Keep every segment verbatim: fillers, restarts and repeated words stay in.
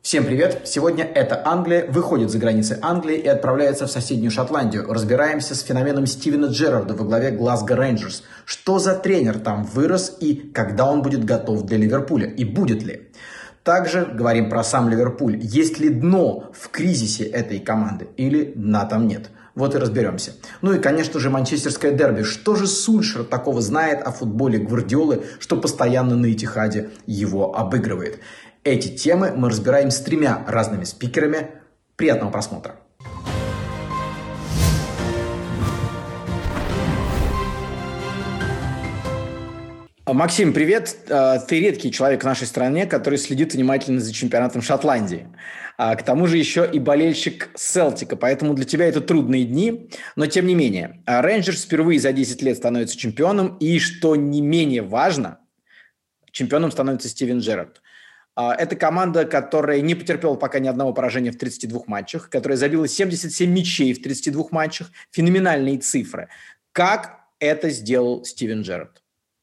Всем привет! Сегодня это Англия выходит за границы Англии и отправляется в соседнюю Шотландию. Разбираемся с феноменом Стивена Джеррарда во главе Глазго Рейнджерс. Что за тренер там вырос и когда он будет готов для Ливерпуля? И будет ли? Также говорим про сам Ливерпуль. Есть ли дно в кризисе этой команды или дна там нет? Вот и разберемся. Ну и, конечно же, манчестерское дерби. Что же Сульшер такого знает о футболе Гвардиолы, что постоянно на Этихаде его обыгрывает? Эти темы мы разбираем с тремя разными спикерами. Приятного просмотра. Максим, привет. Ты редкий человек в нашей стране, который следит внимательно за чемпионатом Шотландии. К тому же еще и болельщик Селтика, поэтому для тебя это трудные дни. Но тем не менее, Рейнджерс впервые за десять лет становится чемпионом. И, что не менее важно, чемпионом становится Стивен Джеррард. Это команда, которая не потерпела пока ни одного поражения в тридцати двух матчах, которая забила семьдесят семь мячей в тридцати двух матчах. Феноменальные цифры. Как это сделал Стивен Джеррард?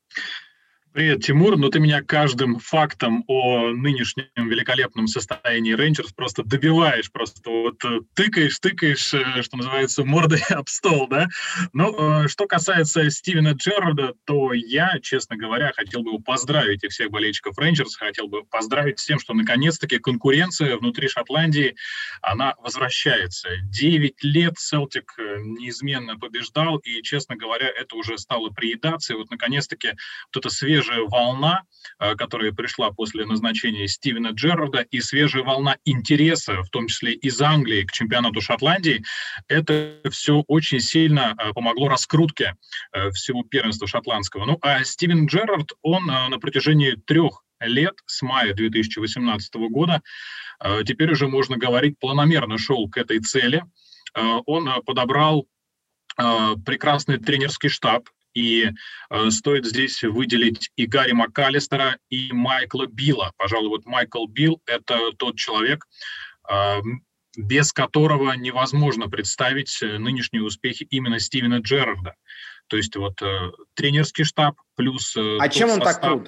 Привет, Тимур. Ну, ты меня каждым фактом о нынешнем великолепном состоянии Рейнджерс просто добиваешь, просто вот тыкаешь, тыкаешь, что называется, мордой об стол, да? Ну, что касается Стивена Джеррарда, то я, честно говоря, хотел бы его поздравить и всех болельщиков Рейнджерс, хотел бы поздравить с тем, что наконец-таки конкуренция внутри Шотландии, она возвращается. Девять лет Селтик неизменно побеждал, и, честно говоря, это уже стало приедаться, и вот наконец-таки вот эта свежая волна, которая пришла после назначения Стивена Джеррарда, и свежая волна интереса, в том числе из Англии, к чемпионату Шотландии, это все очень сильно помогло раскрутке всего первенства шотландского. Ну, а Стивен Джеррард, он на протяжении трех лет, с мая две тысячи восемнадцатого года, теперь уже можно говорить, планомерно шел к этой цели. Он подобрал прекрасный тренерский штаб, и э, стоит здесь выделить и Гарри МакАлистера, и Майкла Билла. Пожалуй, вот Майкл Билл – это тот человек, э, без которого невозможно представить нынешние успехи именно Стивена Джеррарда. То есть вот э, тренерский штаб плюс э, А чем он состав. так крут?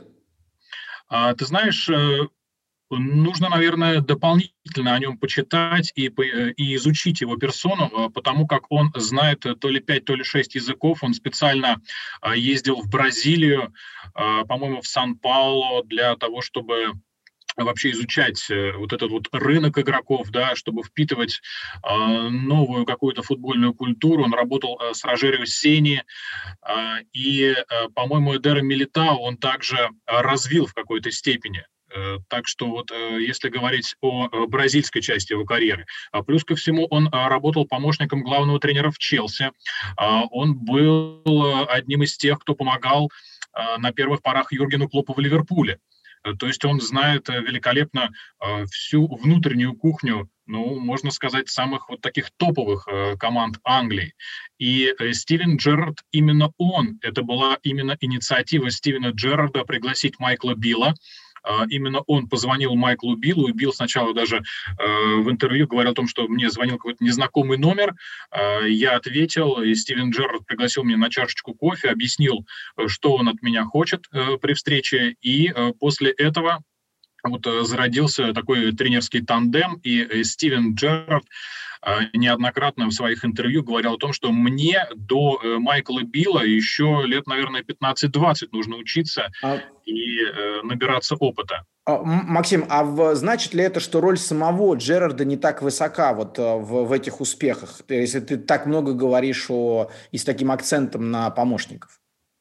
А, ты знаешь, э, нужно, наверное, дополнительно о нем почитать и, и изучить его персону, потому как он знает то ли пять, то ли шесть языков. Он специально ездил в Бразилию, по-моему, в Сан-Паулу для того, чтобы вообще изучать вот этот вот рынок игроков, да, чтобы впитывать э, новую какую-то футбольную культуру. Он работал э, с Рожерио Сенни, э, и, э, по-моему, Эдера Милитао он также развил в какой-то степени. Так что вот если говорить о бразильской части его карьеры. Плюс ко всему он работал помощником главного тренера в Челси. Он был одним из тех, кто помогал на первых порах Юргену Клоппу в Ливерпуле. То есть он знает великолепно всю внутреннюю кухню, ну, можно сказать, самых вот таких топовых команд Англии. И Стивен Джеррард, именно он, это была именно инициатива Стивена Джеррарда пригласить Майкла Билла. Именно он позвонил Майклу Биллу, и Билл сначала даже э, в интервью говорил о том, что мне звонил какой-то незнакомый номер. Э, я ответил, и Стивен Джеррард пригласил меня на чашечку кофе, объяснил, что он от меня хочет э, при встрече, и э, после этого вот э, зародился такой тренерский тандем, и э, Стивен Джеррард неоднократно в своих интервью говорил о том, что мне до Майкла Билла еще лет, наверное, пятнадцать-двадцать нужно учиться а... и э, набираться опыта. А, Максим, а в, значит ли это, что роль самого Джеррарда не так высока вот в, в этих успехах, если ты так много говоришь о, и с таким акцентом на помощников?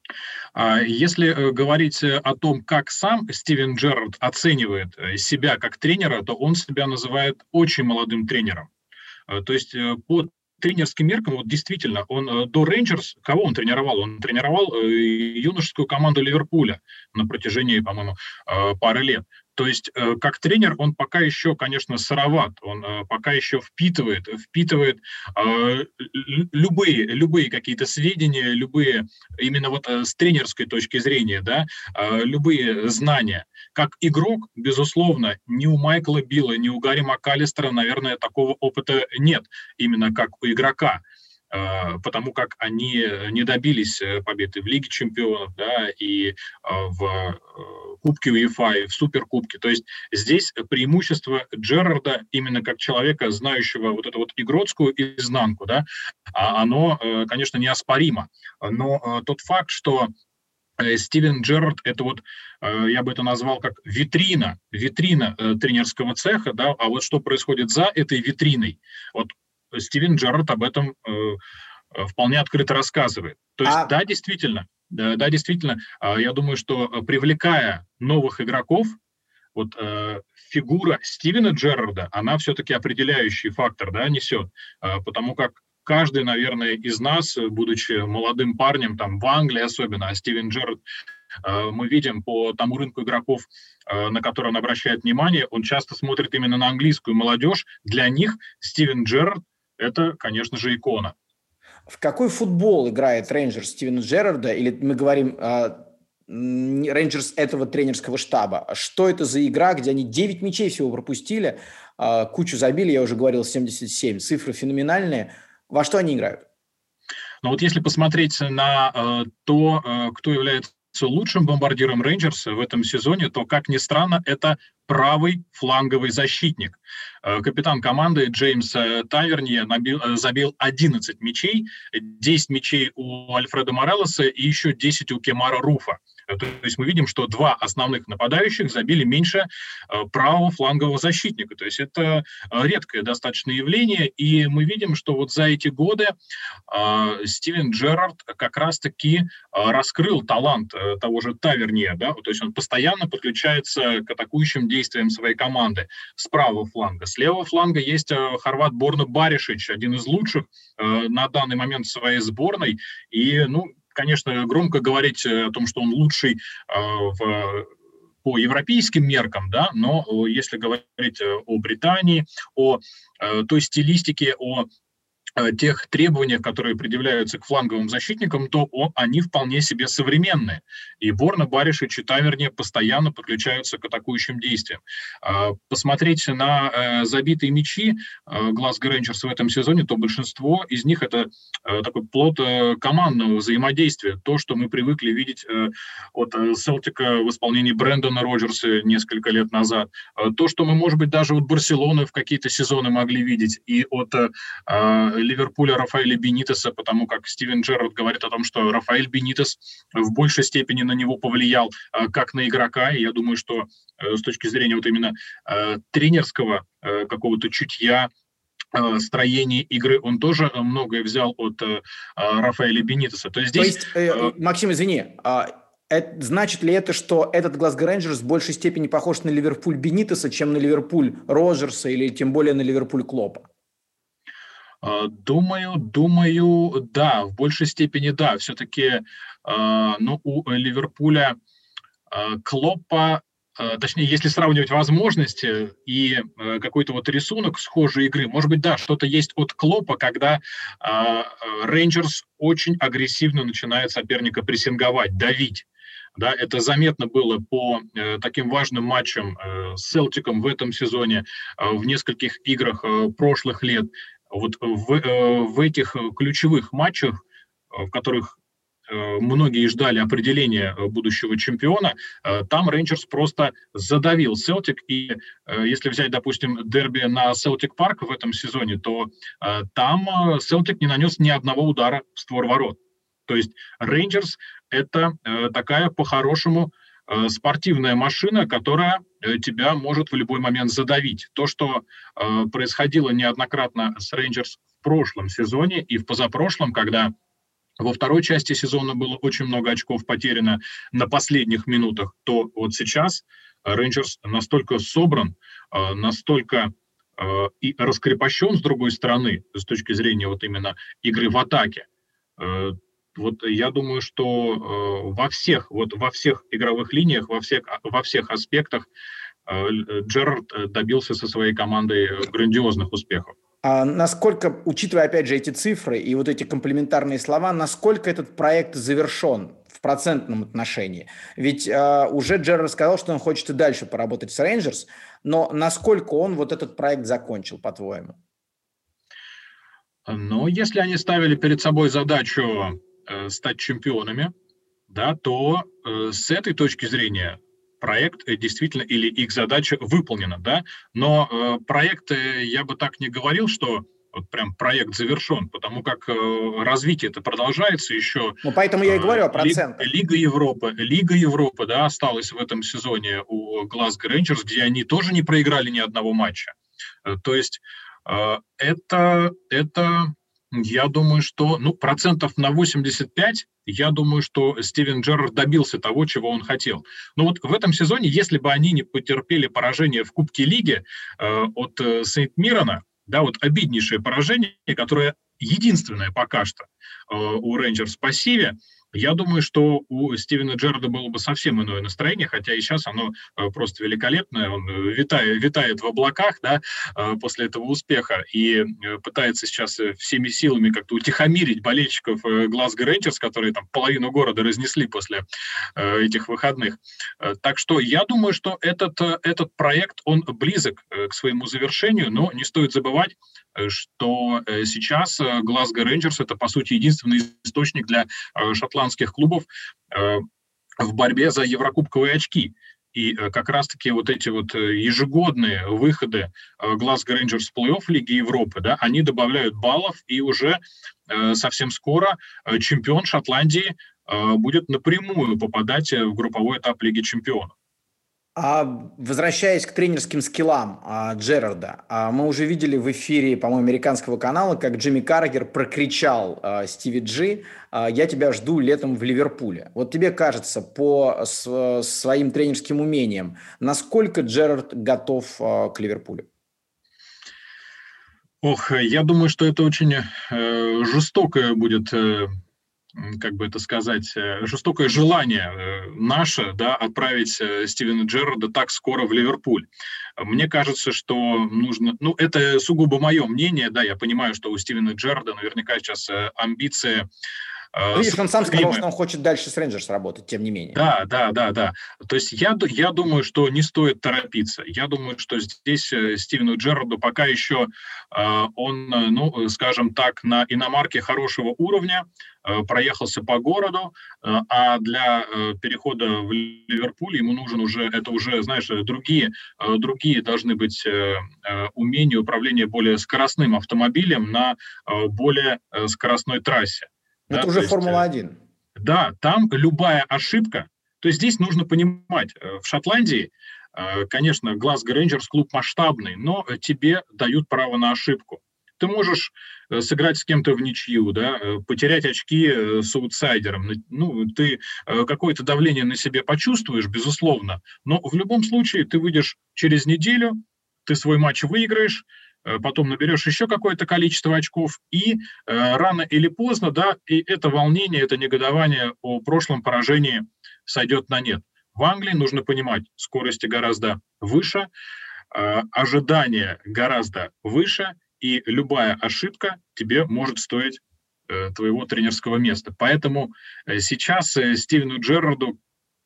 Если говорить о том, как сам Стивен Джеррард оценивает себя как тренера, то он себя называет очень молодым тренером. То есть по тренерским меркам, вот действительно, он до Рейнджерс, кого он тренировал? Он тренировал юношескую команду Ливерпуля на протяжении, по-моему, пары лет. То есть, как тренер, он пока еще, конечно, сыроват, он пока еще впитывает, впитывает э, любые, любые какие-то сведения, любые, именно вот с тренерской точки зрения, да, э, любые знания. Как игрок, безусловно, ни у Майкла Билла, ни у Гарри МакАлистера, наверное, такого опыта нет, именно как у игрока. Потому как они не добились победы в Лиге чемпионов, да, и в Кубке УЕФА, и в Суперкубке. То есть здесь преимущество Джерарда именно как человека, знающего вот эту вот игротскую изнанку, да, оно, конечно, неоспоримо. Но тот факт, что Стивен Джерард — это вот, я бы это назвал как витрина, витрина тренерского цеха, да, а вот что происходит за этой витриной, вот Стивен Джерард об этом вполне открыто рассказывает. То есть, А да, действительно, да, да, действительно, я думаю, что привлекая новых игроков, вот э, фигура Стивена Джерарда, она все-таки определяющий фактор, да, несет, э, потому как каждый, наверное, из нас, будучи молодым парнем, там, в Англии особенно, а Стивен Джерард, э, мы видим по тому рынку игроков, э, на который он обращает внимание, он часто смотрит именно на английскую молодежь. Для них Стивен Джерард – это, конечно же, икона. В какой футбол играет Рейнджерс Стивена Джерарда? Или мы говорим Рейнджерс этого тренерского штаба? Что это за игра, где они девять мячей всего пропустили, кучу забили, я уже говорил, семьдесят семь. Цифры феноменальные. Во что они играют? Но вот если посмотреть на э, то, э, кто является лучшим бомбардиром Рейнджерса в этом сезоне, то, как ни странно, это правый фланговый защитник. Э, капитан команды Джеймс э, Тавернье набил, э, забил одиннадцать мячей, десять мячей у Альфредо Моралеса и еще десять у Кемара Руфа. То есть мы видим, что два основных нападающих забили меньше э, правого флангового защитника. То есть это редкое достаточно явление, и мы видим, что вот за эти годы э, Стивен Джерард как раз-таки э, раскрыл талант э, того же Тавернье, да? То есть он постоянно подключается к атакующим действиям своей команды с правого фланга. С левого фланга есть э, хорват Борна Баришич, один из лучших э, на данный момент в своей сборной, и, ну, конечно, громко говорить о том, что он лучший э, в, по европейским меркам, да, но если говорить о Британии, о э, той стилистике, о тех требованиях, которые предъявляются к фланговым защитникам, то о, они вполне себе современные. И Борна Баришич и Тавернье постоянно подключаются к атакующим действиям. Посмотреть на забитые мячи Глазго Рейнджерс в этом сезоне, то большинство из них это такой плод командного взаимодействия. То, что мы привыкли видеть от Селтика в исполнении Брэндона Роджерса несколько лет назад. То, что мы, может быть, даже от Барселоны в какие-то сезоны могли видеть. И от Ливерпуля Рафаэля Бенитеса, потому как Стивен Джерард говорит о том, что Рафаэль Бенитес в большей степени на него повлиял как на игрока. И я думаю, что с точки зрения вот именно тренерского какого-то чутья, строения игры, он тоже многое взял от Рафаэля Бенитеса. То есть, здесь... То есть Максим, извини, это, значит ли это, что этот Глазго Рейнджерс в большей степени похож на Ливерпуль Бенитеса, чем на Ливерпуль Роджерса или тем более на Ливерпуль Клопа? Думаю, думаю, да, в большей степени да. Все-таки ну, у Ливерпуля Клопа, точнее, если сравнивать возможности и какой-то вот рисунок схожей игры, может быть, да, что-то есть от Клопа, когда Рейнджерс очень агрессивно начинает соперника прессинговать, давить. Да, это заметно было по э, таким важным матчам э, с Селтиком в этом сезоне, э, в нескольких играх э, прошлых лет. Вот в, э, в этих ключевых матчах, в которых э, многие ждали определения будущего чемпиона, э, там Рейнджерс просто задавил Селтик. И э, если взять, допустим, дерби на Селтик Парк в этом сезоне, то э, там Селтик не нанес ни одного удара в створ ворот. То есть Рейнджерс – это э, такая, по-хорошему, э, спортивная машина, которая э, тебя может в любой момент задавить. То, что э, происходило неоднократно с Рейнджерс в прошлом сезоне и в позапрошлом, когда во второй части сезона было очень много очков потеряно на последних минутах, то вот сейчас Рейнджерс настолько собран, э, настолько э, и раскрепощен, с другой стороны, с точки зрения вот именно игры в атаке. Э, Вот я думаю, что э, во всех, вот во всех игровых линиях, во всех, во всех аспектах э, Джерард добился со своей командой грандиозных успехов. А насколько, учитывая, опять же, эти цифры и вот эти комплементарные слова, насколько этот проект завершен в процентном отношении? Ведь э, уже Джерард сказал, что он хочет и дальше поработать с Рейнджерс, но насколько он вот этот проект закончил, по-твоему? Но если они ставили перед собой задачу стать чемпионами, да, то э, с этой точки зрения проект действительно или их задача выполнена, да, но э, проект, э, я бы так не говорил, что вот прям проект завершен, потому как э, развитие это продолжается еще. Ну, поэтому я и Э, говорю о Ли- процентах. Лига Европы, Лига Европы, да, осталась в этом сезоне у Glasgow Rangers, где они тоже не проиграли ни одного матча. Э, То есть э, это, это, я думаю, что, ну, процентов на восемьдесят пять, я думаю, что Стивен Джерард добился того, чего он хотел. Но вот в этом сезоне, если бы они не потерпели поражение в Кубке Лиги э, от э, Сент-Мирона, да, вот обиднейшее поражение, которое единственное пока что э, у Рейнджерс в пассиве, я думаю, что у Стивена Джерарда было бы совсем иное настроение, хотя и сейчас оно э, просто великолепное, он э, витает, витает в облаках, да, э, после этого успеха и э, пытается сейчас э, всеми силами как-то утихомирить болельщиков э, Glasgow Rangers, которые там половину города разнесли после э, этих выходных. Э, так что я думаю, что этот, э, этот проект, он близок э, к своему завершению, но не стоит забывать, э, что э, сейчас э, Glasgow Rangers это, по сути, единственный источник для э, шотландских клубов э, в борьбе за еврокубковые очки. И э, как раз-таки вот эти вот э, ежегодные выходы э, Glasgow Rangers в плей-офф Лиги Европы, да, они добавляют баллов, и уже э, совсем скоро э, чемпион Шотландии э, будет напрямую попадать в групповой этап Лиги Чемпионов. А возвращаясь к тренерским скиллам а, Джерарда, а, мы уже видели в эфире, по-моему, американского канала, как Джимми Каррагер прокричал а, Стиви Джи: а, «Я тебя жду летом в Ливерпуле». Вот тебе кажется, по с, своим тренерским умениям, насколько Джерард готов а, к Ливерпулю? Ох, я думаю, что это очень э, жестокое будет, э, как бы это сказать, э, жестокое желание э, наше, да, отправить э, Стивена Джерарда так скоро в Ливерпуль. Мне кажется, что нужно... Ну, это сугубо мое мнение, да, я понимаю, что у Стивена Джерарда наверняка сейчас э, амбиции Ну, э, видишь, он сам сказал, сопоставимы. что он хочет дальше с Рейнджерс работать, тем не менее. Да, да, да, да. То есть я, ду- я думаю, что не стоит торопиться. Я думаю, что здесь э, Стивену Джерарду пока еще э, он, э, ну, э, скажем так, на иномарке хорошего уровня, э, проехался по городу, э, а для э, перехода в Ливерпуль ему нужен уже, это уже, знаешь, э, другие, э, другие должны быть э, э, умения управления более скоростным автомобилем на э, более э, скоростной трассе. Но Да, это то уже есть э, Формула-один. да, там любая ошибка, то есть здесь нужно понимать, э, в Шотландии, э, конечно, Glasgow Rangers клуб масштабный, но э, тебе дают право на ошибку. Ты можешь э, сыграть с кем-то в ничью, да, э, потерять очки э, с аутсайдером. Ну, ты э, какое-то давление на себе почувствуешь, безусловно, но в любом случае ты выйдешь через неделю, ты свой матч выиграешь, э, потом наберешь еще какое-то количество очков, и э, рано или поздно, да, и это волнение, это негодование о прошлом поражении сойдет на нет. В Англии нужно понимать, скорости гораздо выше, э, ожидания гораздо выше, и любая ошибка тебе может стоить э, твоего тренерского места. Поэтому э, сейчас э, Стивену Джерарду,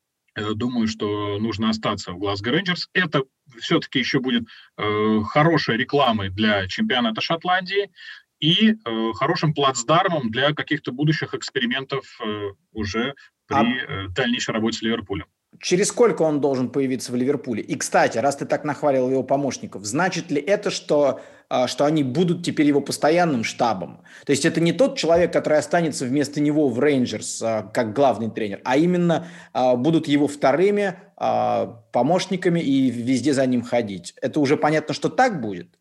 э, думаю, что нужно остаться в Glasgow Rangers. Это все-таки еще будет э, хорошей рекламой для чемпионата Шотландии и э, хорошим плацдармом для каких-то будущих экспериментов э, уже А при э, дальнейшей работе с Ливерпулем. через сколько он должен появиться в Ливерпуле? И, кстати, раз ты так нахвалил его помощников, значит ли это, что, а, что они будут теперь его постоянным штабом? То есть это не тот человек, который останется вместо него в Рейнджерс а, как главный тренер, а именно а, будут его вторыми а, помощниками и везде за ним ходить. Это уже понятно, что так будет?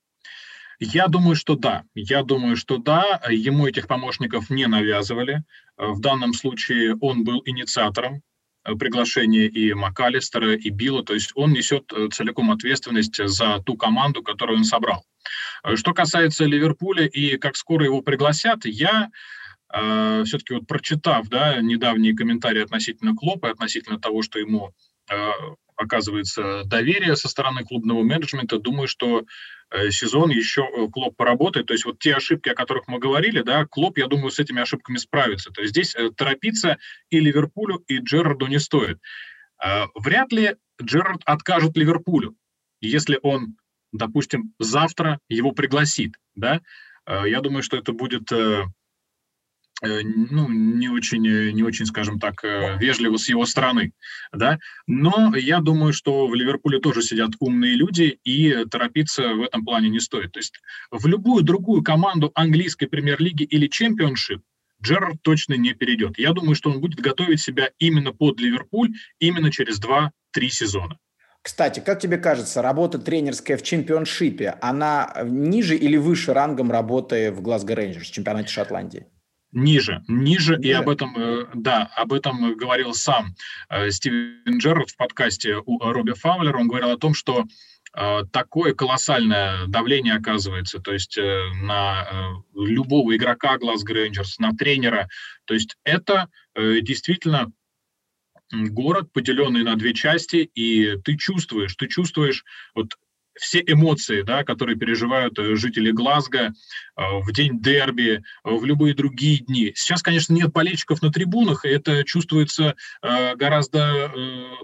Я думаю, что да. Я думаю, что да. Ему этих помощников не навязывали. В данном случае он был инициатором э, приглашения и МакАлистера, и Билла. То есть он несет э, целиком ответственность за ту команду, которую он собрал. Э, Что касается Ливерпуля и как скоро его пригласят, я э, все-таки вот прочитав, да, недавние комментарии относительно Клопа, относительно того, что ему э, оказывается доверие со стороны клубного менеджмента, думаю, что э, сезон еще э, Клоп поработает. То есть вот те ошибки, о которых мы говорили, да, Клоп, я думаю, с этими ошибками справится. То есть здесь э, торопиться и Ливерпулю, и Джерарду не стоит. Э, вряд ли Джерард откажет Ливерпулю, если он, допустим, завтра его пригласит, да. Э, я думаю, что это будет... Э, ну, не очень, не очень, скажем так, вежливо с его стороны, да. Но я думаю, что в Ливерпуле тоже сидят умные люди, и торопиться в этом плане не стоит. То есть в любую другую команду английской премьер-лиги или чемпионшип Джерард точно не перейдет. Я думаю, что он будет готовить себя именно под Ливерпуль именно через два-три сезона. Кстати, как тебе кажется, работа тренерская в чемпионшипе, она ниже или выше рангом работы в Глазго Рейнджерс, в чемпионате Шотландии? Ниже, ниже, Ниже? И об этом, да, об этом говорил сам Стивен Джеррард в подкасте у Робби Фаулера. Он говорил о том, что такое колоссальное давление оказывается, то есть на любого игрока Глазго Рейнджерс, на тренера. То есть это действительно город, поделенный на две части, и ты чувствуешь, ты чувствуешь вот все эмоции, да, которые переживают жители Глазго в день дерби, в любые другие дни. Сейчас, конечно, нет болельщиков на трибунах, и это чувствуется гораздо...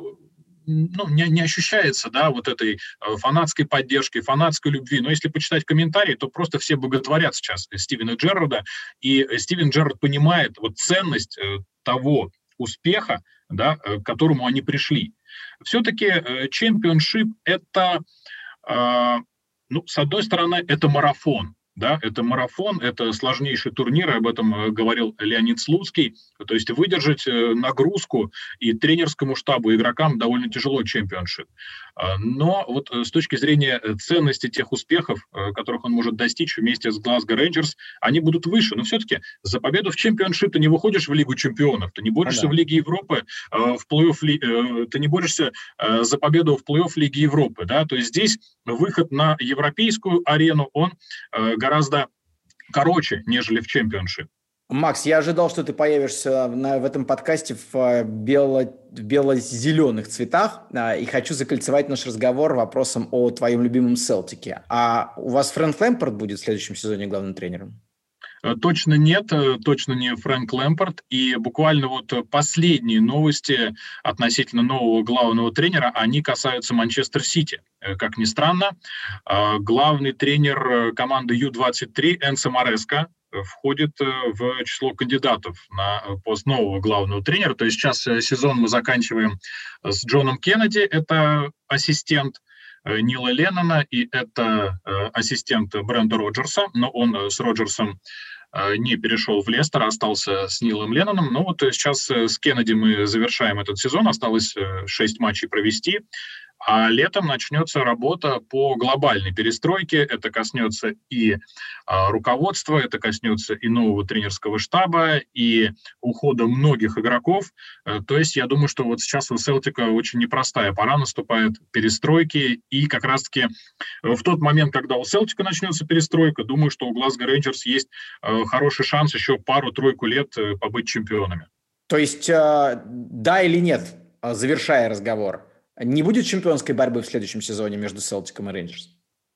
Ну, не, не ощущается, да, вот этой фанатской поддержки, фанатской любви. Но если почитать комментарии, то просто все боготворят сейчас Стивена Джеррарда, и Стивен Джеррард понимает вот ценность того успеха, да, к которому они пришли. Все-таки чемпионшип – это, ну, с одной стороны, это марафон. Да, это марафон, это сложнейший турнир, об этом говорил Леонид Слуцкий. То есть выдержать нагрузку и тренерскому штабу, и игрокам довольно тяжело чемпионшип. Но вот с точки зрения ценности тех успехов, которых он может достичь вместе с Глазго Рейнджерс, они будут выше. Но все-таки за победу в чемпионшип ты не выходишь в Лигу чемпионов, ты не борешься а, да. в Лиге Европы, в плей-офф, ты не борешься за победу в плей-офф Лиги Европы. Да? То есть здесь выход на европейскую арену, он гораздо короче, нежели в чемпионшип. Макс, я ожидал, что ты появишься на, в этом подкасте в, бело, в бело-зеленых цветах, а, и хочу закольцевать наш разговор вопросом о твоем любимом Селтике. А у вас Фрэнк Лэмпард будет в следующем сезоне главным тренером? Точно нет, точно не Фрэнк Лэмпард. И буквально вот последние новости относительно нового главного тренера, они касаются Манчестер Сити. Как ни странно, главный тренер команды ю двадцать три Энцо Мареска входит в число кандидатов на пост нового главного тренера. То есть сейчас сезон мы заканчиваем с Джоном Кеннеди, это ассистент Нила Леннона, и это ассистент Бренда Роджерса, но он с Роджерсом не перешел в Лестер, а остался с Нилом Ленноном. Но вот сейчас с Кеннеди мы завершаем этот сезон, осталось шесть матчей провести. А летом начнется работа по глобальной перестройке. Это коснется и а, руководства, это коснется и нового тренерского штаба, и ухода многих игроков. А, то есть я думаю, что вот сейчас у Селтика очень непростая пора наступает перестройки. И как раз-таки в тот момент, когда у Селтика начнется перестройка, думаю, что у Глазго Рейнджерс есть а, хороший шанс еще пару-тройку лет побыть чемпионами. То есть а, да или нет, завершая разговор, не будет чемпионской борьбы в следующем сезоне между Селтиком и Рейнджерс?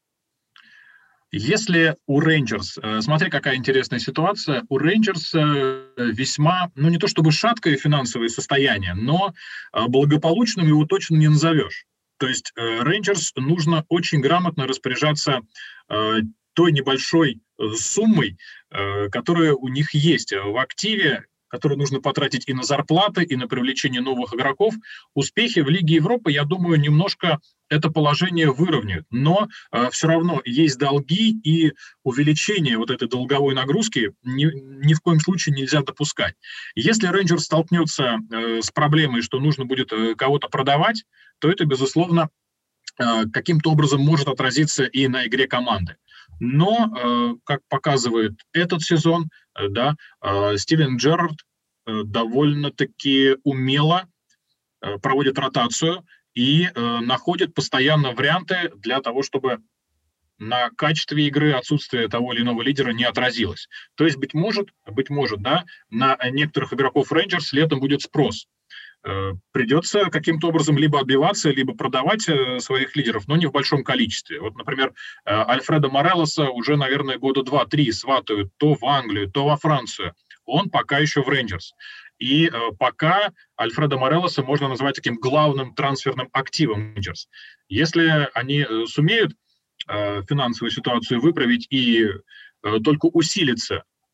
Если у Рейнджерс, смотри, какая интересная ситуация, у Рейнджерс весьма, ну не то чтобы шаткое финансовое состояние, но благополучным его точно не назовешь. То есть Рейнджерс нужно очень грамотно распоряжаться той небольшой суммой, которая у них есть в активе, которые нужно потратить и на зарплаты, и на привлечение новых игроков. Успехи в Лиге Европы, я думаю, немножко это положение выровняют. Но э, все равно есть долги, и увеличение вот этой долговой нагрузки ни, ни в коем случае нельзя допускать. Если Рейнджерс столкнется э, с проблемой, что нужно будет э, кого-то продавать, то это, безусловно, э, каким-то образом может отразиться и на игре команды. Но, э, как показывает этот сезон, э, да, э, Стивен Джеррард э, довольно-таки умело э, проводит ротацию и э, находит постоянно варианты для того, чтобы на качестве игры отсутствие того или иного лидера не отразилось. То есть, быть может, быть может, да, на некоторых игроков Рейнджерс летом будет спрос. Придется каким-то образом либо отбиваться, либо продавать своих лидеров, но не в большом количестве. Вот, например, Альфредо Морелоса уже, наверное, года два-три сватают то в Англию, то во Францию. Он пока еще в Рейнджерс. И пока Альфредо Морелоса можно назвать таким главным трансферным активом Рейнджерс. Если они сумеют финансовую ситуацию выправить и только усилиться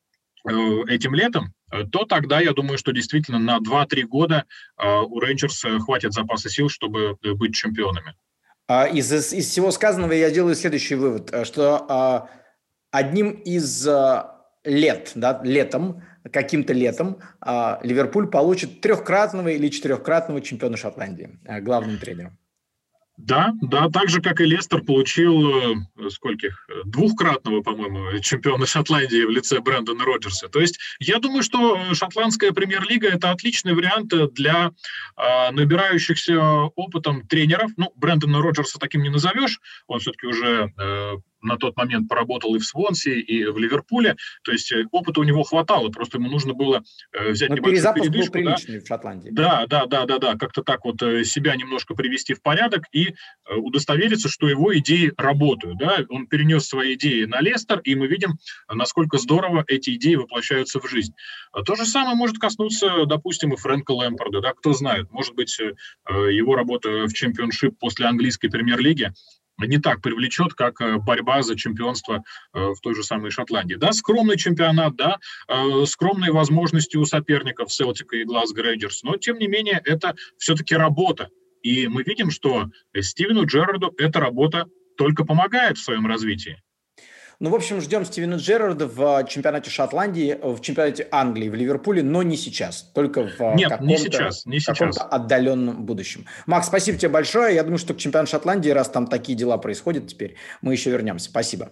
этим летом, то тогда я думаю, что действительно на два-три года у Рейнджерс хватит запаса сил, чтобы быть чемпионами. Из, из всего сказанного я делаю следующий вывод, что одним из лет, да, летом, каким-то летом Ливерпуль получит трехкратного или четырехкратного чемпиона Шотландии главным тренером. Да, да, так же, как и Лестер получил, э, скольких, двухкратного, по-моему, чемпиона Шотландии в лице Брэндона Роджерса. То есть я думаю, что шотландская премьер-лига – это отличный вариант для э, набирающихся опытом тренеров. Ну, Брэндона Роджерса таким не назовешь, он все-таки уже э, на тот момент поработал и в Свонси, и в Ливерпуле. То есть опыта у него хватало, просто ему нужно было э, взять Но небольшую перезапуск передышку. был приличный, да? В Шотландии. Да, да, да, да, да, как-то так вот себя немножко привести в порядок и удостовериться, что его идеи работают. Да? Он перенес свои идеи на Лестер, и мы видим, насколько здорово эти идеи воплощаются в жизнь. То же самое может коснуться, допустим, и Фрэнка Лэмпарда. Да? Кто знает, может быть, его работа в чемпионшип после английской премьер-лиги не так привлечет, как борьба за чемпионство в той же самой Шотландии. Да, скромный чемпионат, да, скромные возможности у соперников Селтика и Глазго Рейнджерс, но, тем не менее, это все-таки работа. И мы видим, что Стивену Джерарду эта работа только помогает в своем развитии. Ну, в общем, ждем Стивена Джерарда в чемпионате Шотландии, в чемпионате Англии, в Ливерпуле, но не сейчас, только в Нет, каком-то, не сейчас, не сейчас. каком-то отдаленном будущем. Макс, спасибо тебе большое. Я думаю, что к чемпионату Шотландии, раз там такие дела происходят теперь, мы еще вернемся. Спасибо.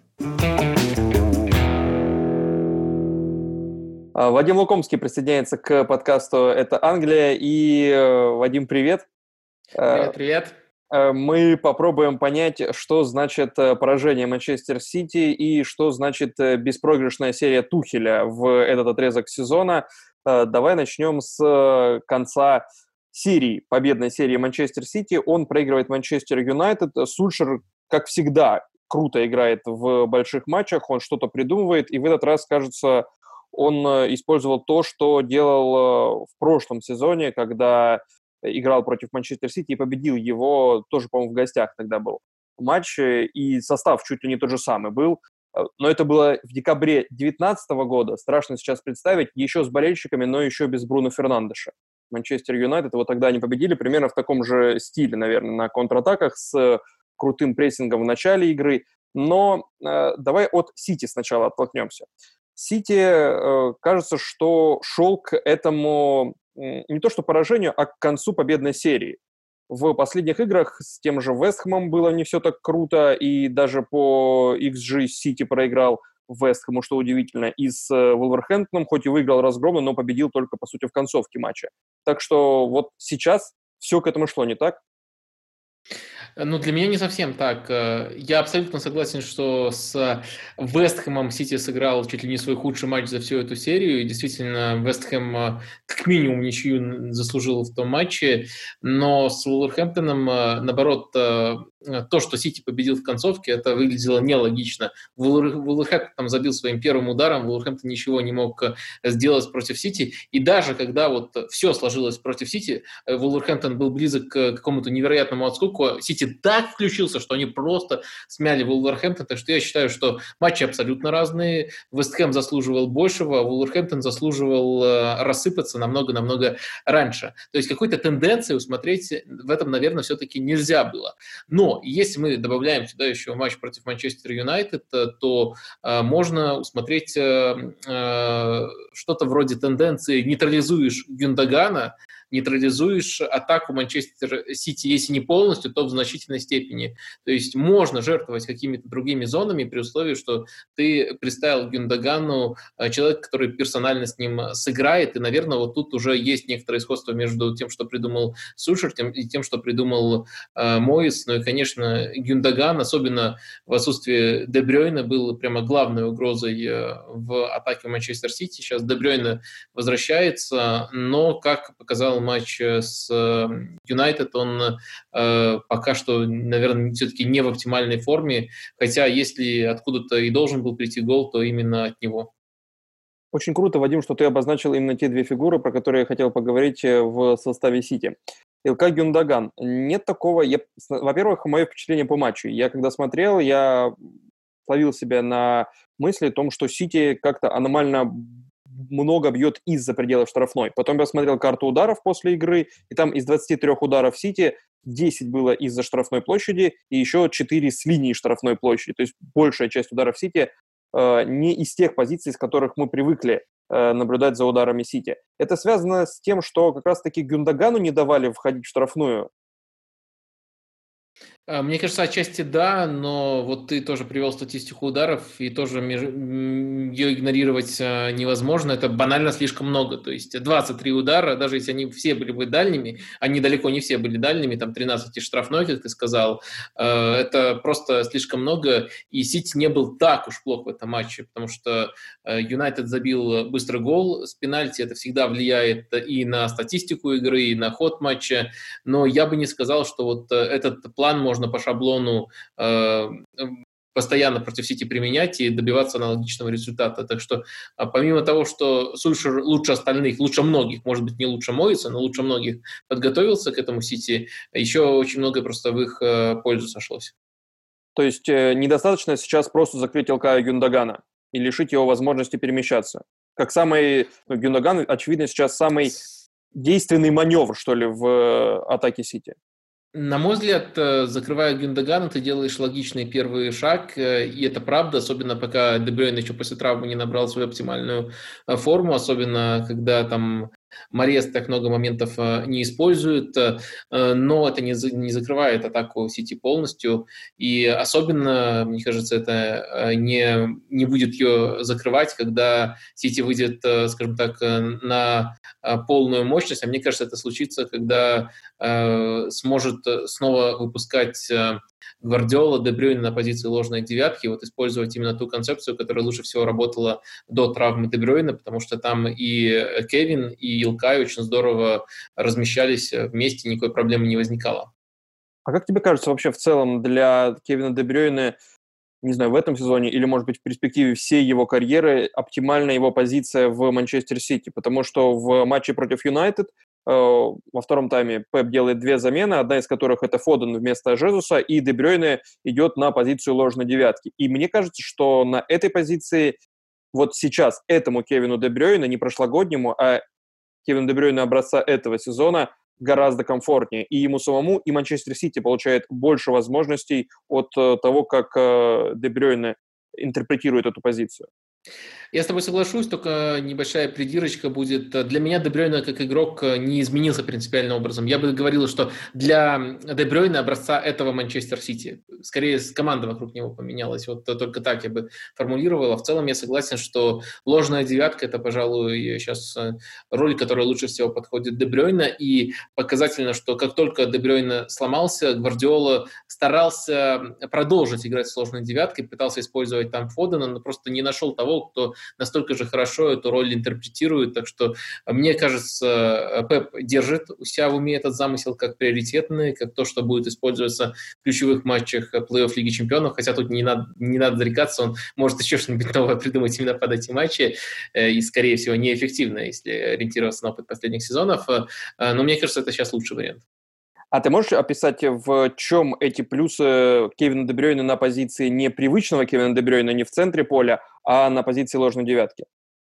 Вадим Лукомский присоединяется к подкасту «Это Англия». И, Вадим, привет. Привет, привет. Мы попробуем понять, что значит поражение Манчестер Сити и что значит беспроигрышная серия Тухеля в этот отрезок сезона. Давай начнем с конца серии, победной серии Манчестер Сити. Он проигрывает Манчестер Юнайтед. Сульшер, как всегда, круто играет в больших матчах, он что-то придумывает, и в этот раз, кажется, он использовал то, что делал в прошлом сезоне, когда играл против Манчестер Сити и победил его, тоже, по-моему, в гостях тогда был матч, и состав чуть ли не тот же самый был. Но это было в декабре две тысячи девятнадцатого года, страшно сейчас представить, еще с болельщиками, но еще без Бруно Фернандеша. Манчестер Юнайтед, его тогда они победили примерно в таком же стиле, наверное, на контратаках с крутым прессингом в начале игры. Но э, давай от Сити сначала оттолкнемся. Сити, э, кажется, что шел к этому не то что поражению, а к концу победной серии. В последних играх с тем же Вест Хэмом было не все так круто, и даже по икс джи Сити проиграл Вест Хэму, что удивительно, и с Вулверхэмптоном, хоть и выиграл разгромно, но победил только, по сути, в концовке матча. Так что вот сейчас все к этому шло, не так? Ну, для меня не совсем так. Я абсолютно согласен, что с Вест Хэмом Сити сыграл чуть ли не свой худший матч за всю эту серию. И действительно, Вест Хэм как минимум ничью заслужил в том матче. Но с Вулверхэмптоном, наоборот, то, что Сити победил в концовке, это выглядело нелогично. Вулверхэмптон забил своим первым ударом, Вулверхэмптон ничего не мог сделать против Сити. И даже когда вот все сложилось против Сити, Вулверхэмптон был близок к какому-то невероятному отскоку, Сити так включился, что они просто смяли Вулверхэмптон. Так что я считаю, что матчи абсолютно разные. Вест Хэм заслуживал большего, а Вулверхэмптон заслуживал рассыпаться намного-намного раньше. То есть какой-то тенденции усмотреть в этом, наверное, все-таки нельзя было. Но если мы добавляем сюда еще матч против Манчестер Юнайтед, то э, можно усмотреть э, э, что-то вроде тенденции «нейтрализуешь Гюндогана», нейтрализуешь атаку Манчестер Сити, если не полностью, то в значительной степени. То есть можно жертвовать какими-то другими зонами при условии, что ты представил Гюндогану человека, который персонально с ним сыграет. И, наверное, вот тут уже есть некоторое сходство между тем, что придумал Сульшер, и тем, что придумал э, Моис. Ну и, конечно, Гюндоган, особенно в отсутствии Де Брёйна, был прямо главной угрозой э, в атаке Манчестер Сити. Сейчас Де Брёйна возвращается, но, как показал матч с Юнайтед, он э, пока что, наверное, все-таки не в оптимальной форме, хотя если откуда-то и должен был прийти гол, то именно от него. Очень круто, Вадим, что ты обозначил именно те две фигуры, про которые я хотел поговорить в составе Сити. Илкай Гюндоган. Нет такого... Я, во-первых, мое впечатление по матчу. Я когда смотрел, я ловил себя на мысли о том, что Сити как-то аномально много бьет из-за пределов штрафной. Потом я посмотрел карту ударов после игры, и там из двадцати трёх ударов Сити десять было из-за штрафной площади, и еще четыре с линии штрафной площади. То есть большая часть ударов Сити э, не из тех позиций, с которых мы привыкли э, наблюдать за ударами Сити. Это связано с тем, что как раз-таки Гюндогану не давали входить в штрафную. Мне кажется, отчасти да, но вот ты тоже привел статистику ударов, и тоже ее игнорировать невозможно, это банально слишком много, то есть двадцать три удара, даже если они все были бы дальними, они далеко не все были дальними, там тринадцать и штрафной, как ты сказал, это просто слишком много, и Сити не был так уж плох в этом матче, потому что Юнайтед забил быстрый гол с пенальти, это всегда влияет и на статистику игры, и на ход матча, но я бы не сказал, что вот этот план можно можно по шаблону э, постоянно против Сити применять и добиваться аналогичного результата. Так что помимо того, что Сульшер лучше остальных, лучше многих, может быть, не лучше Моиса, но лучше многих подготовился к этому Сити, еще очень многое просто в их э, пользу сошлось. То есть э, недостаточно сейчас просто закрыть Илкая Гюндогана и лишить его возможности перемещаться. Как самый, ну, Гюндоган, очевидно, сейчас самый действенный маневр, что ли, в э, атаке Сити. На мой взгляд, закрывая Гюндогана, ты делаешь логичный первый шаг, и это правда, особенно пока Де Брюйне еще после травмы не набрал свою оптимальную форму, особенно когда там Морес так много моментов не использует, но это не, не закрывает атаку Сити полностью, и особенно, мне кажется, это не, не будет ее закрывать, когда Сити выйдет, скажем так, на полную мощность, а мне кажется, это случится, когда сможет снова выпускать Гвардиола, Де Брюйне на позиции ложной девятки, вот использовать именно ту концепцию, которая лучше всего работала до травмы Де Брюйне, потому что там и Кевин, и Илкай очень здорово размещались вместе, никакой проблемы не возникало. А как тебе кажется, вообще в целом для Кевина Де Брюйне, не знаю, в этом сезоне или, может быть, в перспективе всей его карьеры оптимальна его позиция в Манчестер Сити? Потому что в матче против Юнайтед во втором тайме Пеп делает две замены, одна из которых это Фоден вместо Жезуса, и Де Брюйне идет на позицию ложной девятки. И мне кажется, что на этой позиции вот сейчас этому Кевину Де Брюйне, не прошлогоднему, а Кевину Де Брюйне образца этого сезона гораздо комфортнее. И ему самому, и Манчестер Сити получает больше возможностей от того, как Де Брюйне интерпретирует эту позицию. Я с тобой соглашусь, только небольшая придирочка будет. Для меня Де Брюйне как игрок не изменился принципиальным образом. Я бы говорил, что для Де Брюйне образца этого Манчестер Сити. Скорее, команда вокруг него поменялась. Вот только так я бы формулировал. А в целом я согласен, что ложная девятка – это, пожалуй, сейчас роль, которая лучше всего подходит Де Брюйне. И показательно, что как только Де Брюйне сломался, Гвардиола старался продолжить играть сложной девяткой, пытался использовать там Фодена, но просто не нашел того, кто настолько же хорошо эту роль интерпретирует. Так что, мне кажется, Пеп держит у себя в уме этот замысел как приоритетный, как то, что будет использоваться в ключевых матчах плей-офф Лиги Чемпионов. Хотя тут не надо, не надо зарекаться, он может еще что-нибудь новое придумать именно под эти матчи. И, скорее всего, неэффективно, если ориентироваться на опыт последних сезонов. Но мне кажется, это сейчас лучший вариант. А ты можешь описать, в чем эти плюсы Кевина Де Брюйне на позиции непривычного Кевина Де Брюйне, не в центре поля, а на позиции ложной девятки?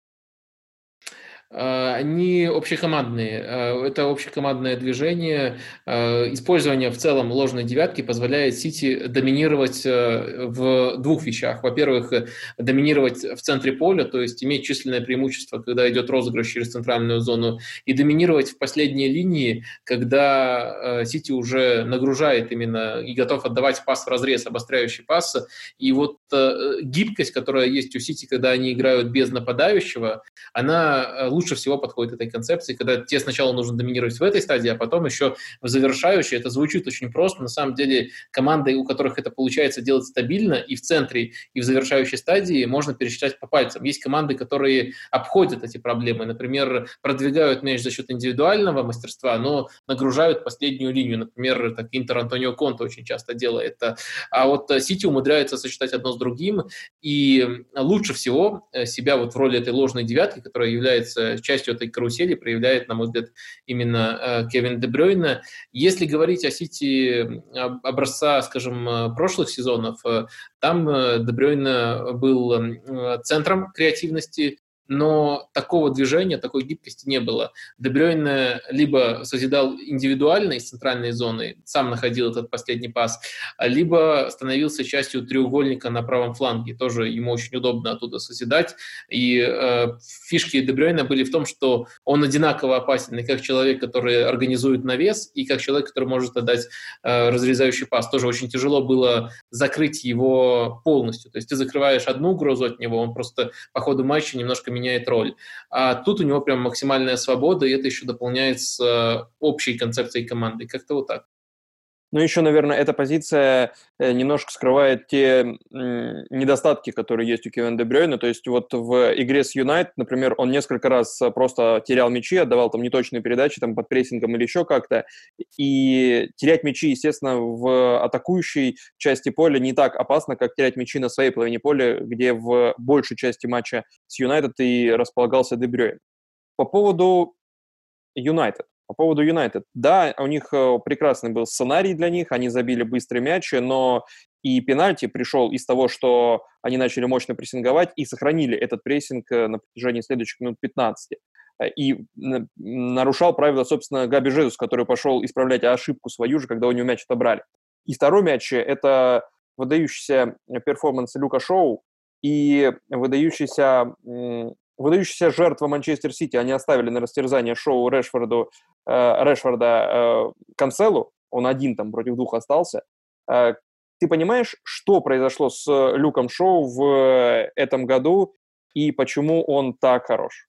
Они общекомандные. Это общекомандное движение. Использование в целом ложной девятки позволяет Сити доминировать в двух вещах. Во-первых, доминировать в центре поля, то есть иметь численное преимущество, когда идет розыгрыш через центральную зону, и доминировать в последней линии, когда Сити уже нагружает именно и готов отдавать пас в разрез, обостряющий пас. И вот гибкость, которая есть у Сити, когда они играют без нападающего, она лучше всего подходит этой концепции, когда тебе сначала нужно доминировать в этой стадии, а потом еще в завершающей. Это звучит очень просто. На самом деле команды, у которых это получается делать стабильно и в центре, и в завершающей стадии, можно пересчитать по пальцам. Есть команды, которые обходят эти проблемы. Например, продвигают мяч за счет индивидуального мастерства, но нагружают последнюю линию. Например, так Интер Антонио Конте очень часто делает. А вот Сити умудряется сочетать одно с другим. И лучше всего себя вот в роли этой ложной девятки, которая является частью этой карусели, проявляет, на мой взгляд, именно э, Кевин Де Брюйне. Если говорить о Сити образца, скажем, прошлых сезонов, э, там э, Де Брюйне был э, центром креативности, но такого движения, такой гибкости не было. Де Брюйне либо созидал индивидуально из центральной зоны, сам находил этот последний пас, либо становился частью треугольника на правом фланге. Тоже ему очень удобно оттуда созидать. И э, фишки Де Брюйне были в том, что он одинаково опасен и как человек, который организует навес, и как человек, который может отдать э, разрезающий пас. Тоже очень тяжело было закрыть его полностью. То есть ты закрываешь одну угрозу от него, он просто по ходу матча немножко меняет роль. А тут у него прям максимальная свобода, и это еще дополняется общей концепцией команды. Как-то вот так. Ну, еще, наверное, эта позиция немножко скрывает те недостатки, которые есть у Кевина Де Брюйне. То есть вот в игре с Юнайтед, например, он несколько раз просто терял мячи, отдавал там неточные передачи там под прессингом или еще как-то. И терять мячи, естественно, в атакующей части поля не так опасно, как терять мячи на своей половине поля, где в большей части матча с Юнайтед и располагался Де Брюйне. По поводу Юнайтед. По поводу Юнайтед. Да, у них прекрасный был сценарий для них, они забили быстрый мяч, но и пенальти пришел из того, что они начали мощно прессинговать и сохранили этот прессинг на протяжении следующих минут пятнадцати. И нарушал правила, собственно, Габи Жезус, который пошел исправлять ошибку свою же, когда у него мяч отобрали. И второй мяч – это выдающийся перформанс Люка Шоу и выдающийся... Выдающаяся жертва Манчестер Сити, они оставили на растерзание Шоу Решфорду, э, Решфорда э, Канцелу, он один там против двух остался. Э, ты понимаешь, что произошло с Люком Шоу в этом году и почему он так хорош?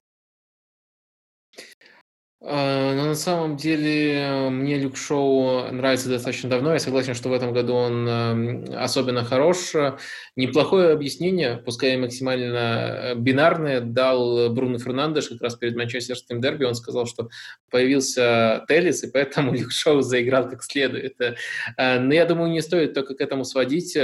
Но на самом деле мне Люк Шоу нравится достаточно давно. Я согласен, что в этом году он особенно хорош. Неплохое объяснение, пускай и максимально бинарное, дал Бруно Фернандеш как раз перед манчестерским дерби. Он сказал, что появился Телес, и поэтому Люк Шоу заиграл как следует. Но я думаю, не стоит только к этому сводить,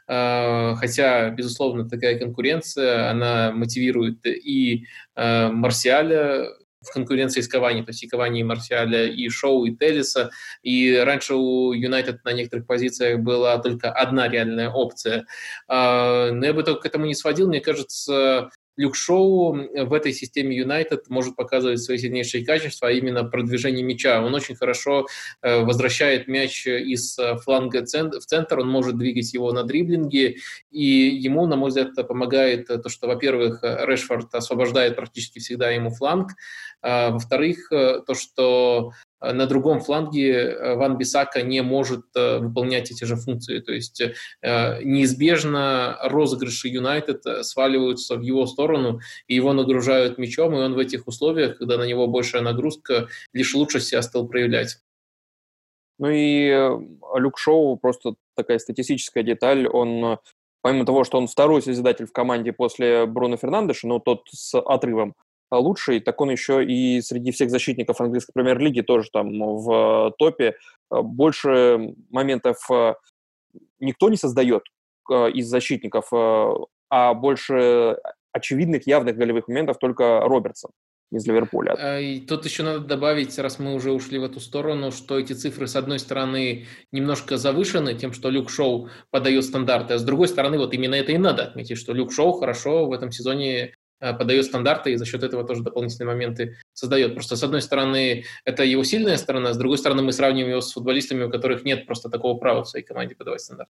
хотя, безусловно, такая конкуренция, она мотивирует и Марсиаля в конкуренции с Кавани, то есть и Кавани, и Марсиаля, и Шоу, и Телеса. И раньше у Юнайтед на некоторых позициях была только одна реальная опция. Но я бы только к этому не сводил. Мне кажется, Люк Шоу в этой системе Юнайтед может показывать свои сильнейшие качества, а именно продвижение мяча. Он очень хорошо возвращает мяч из фланга в центр, он может двигать его на дриблинге, и ему, на мой взгляд, помогает то, что, во-первых, Решфорд освобождает практически всегда ему фланг, а, во-вторых, то, что на другом фланге Ван-Бисака не может выполнять эти же функции. То есть неизбежно розыгрыши Юнайтед сваливаются в его сторону, и его нагружают мячом, и он в этих условиях, когда на него большая нагрузка, лишь лучше себя стал проявлять. Ну и Люк Шоу, просто такая статистическая деталь, он, помимо того, что он второй созидатель в команде после Бруно Фернандеша, но тот с отрывом лучший, так он еще и среди всех защитников английской премьер-лиги тоже там в топе. Больше моментов никто не создает из защитников, а больше очевидных, явных голевых моментов только Робертсон из Ливерпуля. И тут еще надо добавить, раз мы уже ушли в эту сторону, что эти цифры, с одной стороны, немножко завышены тем, что Люк Шоу подает стандарты, а с другой стороны, вот именно это и надо отметить, что Люк Шоу хорошо в этом сезоне подает стандарты и за счет этого тоже дополнительные моменты создает. Просто с одной стороны, это его сильная сторона, с другой стороны, мы сравниваем его с футболистами, у которых нет просто такого права в своей команде подавать стандарты.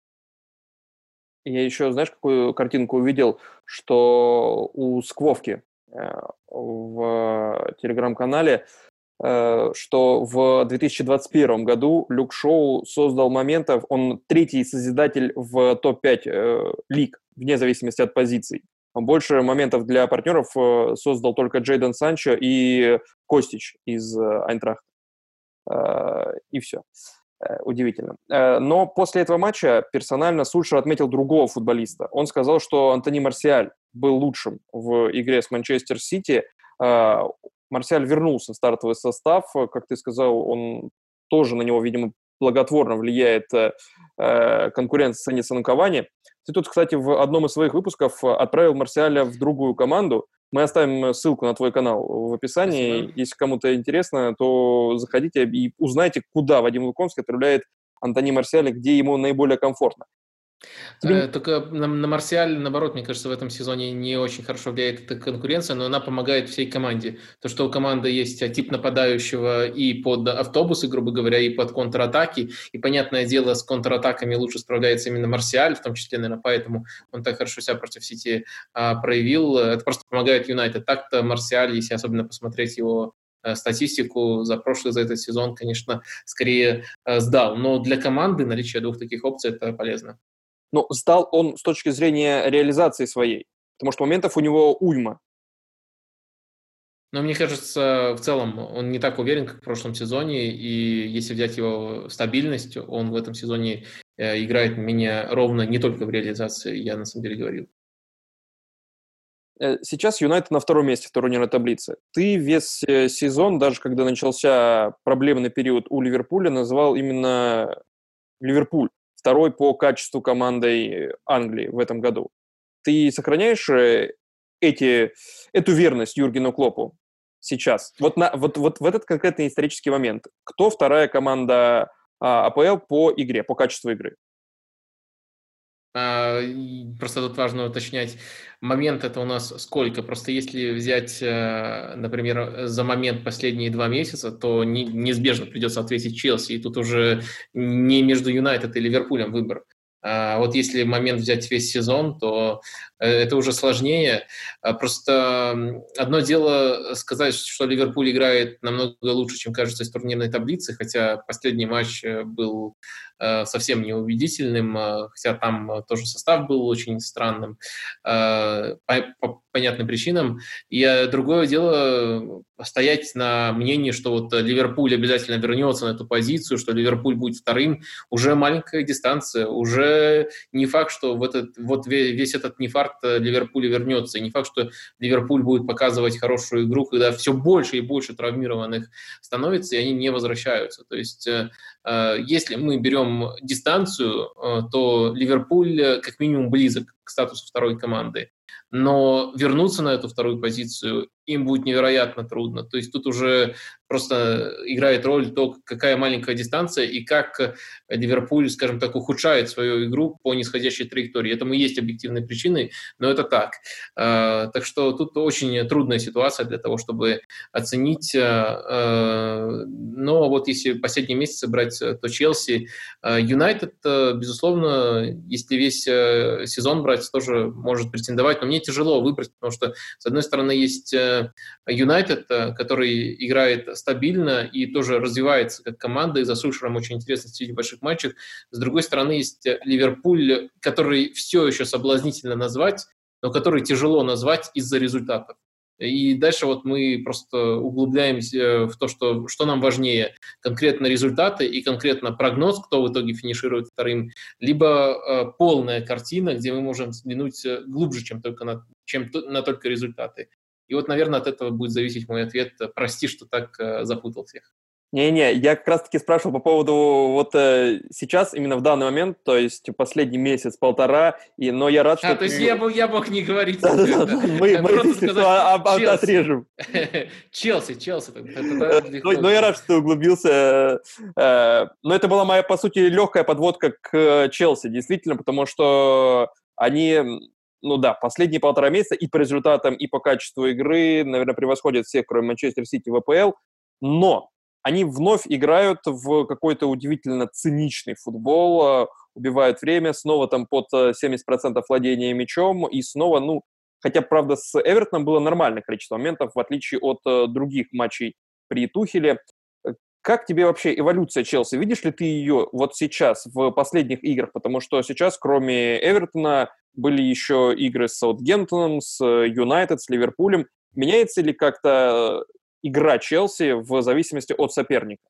Я еще, знаешь, какую картинку увидел, что у Сквовки в телеграм-канале, что в две тысячи двадцать первом году Люк Шоу создал моментов, он третий созидатель в топ пять лиг, вне зависимости от позиций. Больше моментов для партнеров создал только Джейден Санчо и Костич из Айнтрахта. И все. Удивительно. Но после этого матча персонально Сульшер отметил другого футболиста. Он сказал, что Антони Марсиаль был лучшим в игре с Манчестер Сити. Марсиаль вернулся в стартовый состав. Как ты сказал, он тоже на него, видимо, благотворно влияет конкуренция с Эдинсоном Кавани. Ты тут, кстати, в одном из своих выпусков отправил Марсиаля в другую команду. Мы оставим ссылку на твой канал в описании. Спасибо. Если кому-то интересно, то заходите и узнайте, куда Вадим Луковский отправляет Антони Марсиаля, где ему наиболее комфортно. Тебе... Только на, на Марсиаль, наоборот, мне кажется, в этом сезоне не очень хорошо влияет эта конкуренция, но она помогает всей команде. То, что у команды есть тип нападающего и под автобусы, грубо говоря, и под контратаки, и, понятное дело, с контратаками лучше справляется именно Марсиаль, в том числе, наверное, поэтому он так хорошо себя против Сити а, проявил. Это просто помогает Юнайтед. Так-то Марсиаль, если особенно посмотреть его статистику за прошлый, за этот сезон, конечно, скорее сдал. Но для команды наличие двух таких опций – это полезно. Ну, сдал он с точки зрения реализации своей, потому что моментов у него уйма. Но мне кажется, в целом он не так уверен, как в прошлом сезоне, и если взять его стабильность, он в этом сезоне играет менее ровно не только в реализации, я на самом деле говорил. Сейчас Юнайтед на втором месте в турнирной таблице. Ты весь сезон, даже когда начался проблемный период у Ливерпуля, называл именно Ливерпуль второй по качеству командой Англии в этом году. Ты сохраняешь эти, эту верность Юргену Клоппу сейчас? Вот, на, вот, вот в этот конкретный исторический момент. Кто вторая команда а, АПЛ по игре, по качеству игры? А, просто тут важно уточнять, момент это у нас сколько? Просто если взять, например, за момент последние два месяца, то неизбежно придется ответить Челси, и тут уже не между Юнайтед и Ливерпулем выбор. А вот если момент взять весь сезон, то это уже сложнее. Просто одно дело сказать, что Ливерпуль играет намного лучше, чем кажется из турнирной таблицы, хотя последний матч был совсем неубедительным, хотя там тоже состав был очень странным по понятным причинам. И другое дело стоять на мнении, что вот Ливерпуль обязательно вернется на эту позицию, что Ливерпуль будет вторым. Уже маленькая дистанция, уже не факт, что в этот, вот весь этот нефарт Ливерпуля вернется. И не факт, что Ливерпуль будет показывать хорошую игру, когда все больше и больше травмированных становится, и они не возвращаются. То есть если мы берем дистанцию, то Ливерпуль как минимум близок к статусу второй команды. Но вернуться на эту вторую позицию им будет невероятно трудно. То есть тут уже просто играет роль то, какая маленькая дистанция и как Ливерпуль, скажем так, ухудшает свою игру по нисходящей траектории. Этому есть объективные причины, но это так. Так что тут очень трудная ситуация для того, чтобы оценить. Но вот если последние месяцы брать, то Челси, Юнайтед, безусловно, если весь сезон брать, тоже может претендовать, но мне тяжело выбрать, потому что, с одной стороны, есть Юнайтед, который играет стабильно и тоже развивается как команда, и за Сульшером очень интересно следить в больших матчах. С другой стороны, есть Ливерпуль, который все еще соблазнительно назвать, но который тяжело назвать из-за результатов. И дальше вот мы просто углубляемся в то, что, что нам важнее, конкретно результаты и конкретно прогноз, кто в итоге финиширует вторым, либо э, полная картина, где мы можем взглянуть глубже, чем только на, чем на только результаты. И вот, наверное, от этого будет зависеть мой ответ. Прости, что так э, запутал всех. Не-не, я как раз-таки спрашивал по поводу вот э, сейчас, именно в данный момент, то есть последний месяц-полтора, и, но я рад, что... А, то есть я, я мог не говорить. Да-да-да, мы это отрежем. Челси, Челси. Но я рад, что ты углубился. Но это была моя, по сути, легкая подводка к Челси, действительно, потому что они... Ну да, последние полтора месяца и по результатам, и по качеству игры, наверное, превосходят всех, кроме Манчестер Сити в АПЛ. Но они вновь играют в какой-то удивительно циничный футбол, убивают время, снова там под семьдесят процентов владения мячом, и снова, ну, хотя, правда, с Эвертоном было нормальное количество моментов, в отличие от других матчей при Тухеле. Как тебе вообще эволюция Челси? Видишь ли ты ее вот сейчас в последних играх? Потому что сейчас, кроме Эвертона, были еще игры с Саутгемптоном, с Юнайтед, с Ливерпулем. Меняется ли как-то игра Челси в зависимости от соперника?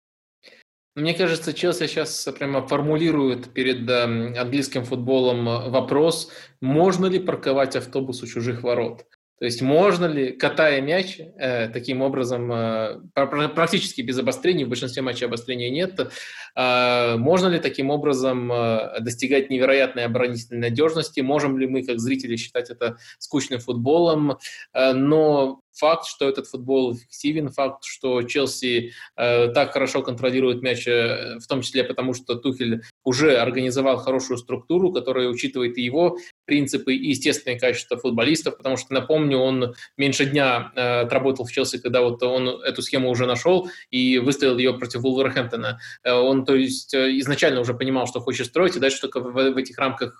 Мне кажется, Челси сейчас прямо формулирует перед английским футболом вопрос, можно ли парковать автобус у чужих ворот. То есть можно ли, катая мяч, э, таким образом, э, практически без обострений, в большинстве матчей обострения нет, э, можно ли таким образом э, достигать невероятной оборонительной надежности, можем ли мы, как зрители, считать это скучным футболом, э, но факт, что этот футбол эффективен, факт, что Челси э, так хорошо контролирует мяч, э, в том числе потому, что Тухель уже организовал хорошую структуру, которая учитывает и его принципы и естественные качества футболистов, потому что, напомню, он меньше дня э, отработал в Челси, когда вот он эту схему уже нашел и выставил ее против Вулверхэмптона. Э, он, то есть, э, изначально уже понимал, что хочет строить, и дальше только в, в этих рамках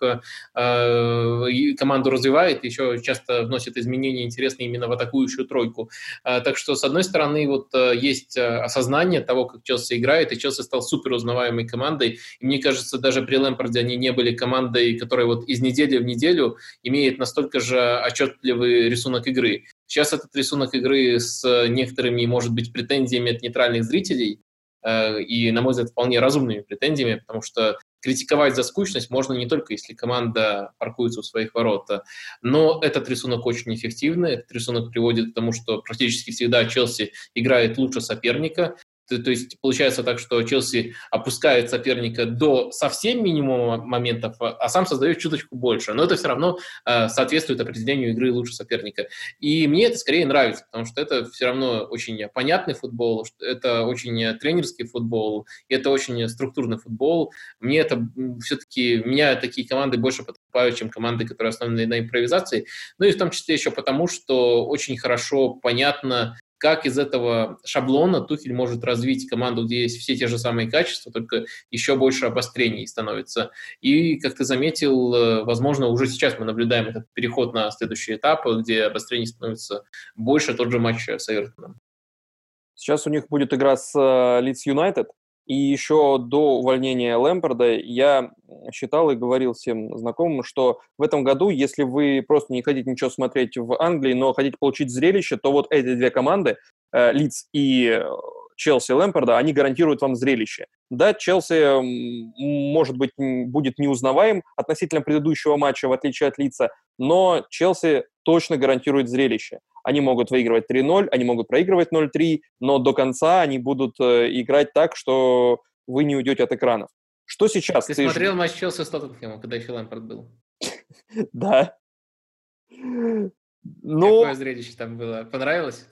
э, команду развивает, еще часто вносит изменения интересные именно в атакующую тройку. Э, так что, с одной стороны, вот э, есть осознание того, как Челси играет, и Челси стал супер узнаваемой командой, и мне кажется, даже при Лэмпарде они не были командой, которая вот из недели в неделю имеет настолько же отчетливый рисунок игры. Сейчас этот рисунок игры с некоторыми, может быть, претензиями от нейтральных зрителей, э, и, на мой взгляд, вполне разумными претензиями, потому что критиковать за скучность можно не только, если команда паркуется у своих ворот, но этот рисунок очень эффективный, этот рисунок приводит к тому, что практически всегда Челси играет лучше соперника. То есть получается так, что Челси опускает соперника до совсем минимума моментов, а сам создает чуточку больше. Но это все равно э, соответствует определению игры лучше соперника. И мне это скорее нравится, потому что это все равно очень понятный футбол, это очень тренерский футбол, и это очень структурный футбол. Мне это все-таки, меня такие команды больше подкупают, чем команды, которые основаны на импровизации. Ну и в том числе еще потому, что очень хорошо понятно, как из этого шаблона Тухель может развить команду, где есть все те же самые качества, только еще больше обострений становится. И, как ты заметил, возможно, уже сейчас мы наблюдаем этот переход на следующий этап, где обострений становится больше, тот же матч с Эвертоном. Сейчас у них будет игра с Лидс Юнайтед, и еще до увольнения Лэмпарда я считал и говорил всем знакомым, что в этом году, если вы просто не хотите ничего смотреть в Англии, но хотите получить зрелище, то вот эти две команды, Лидс и Челси Лэмпарда, они гарантируют вам зрелище. Да, Челси, может быть, будет неузнаваем относительно предыдущего матча, в отличие от Лидса, но Челси точно гарантирует зрелище. Они могут выигрывать три ноль, они могут проигрывать ноль три, но до конца они будут э, играть так, что вы не уйдете от экранов. Что сейчас? Ты, ты смотрел ж... матч Челси с Тоттенхэмом, когда еще Лэмпард был? Да. Какое зрелище там было? Понравилось?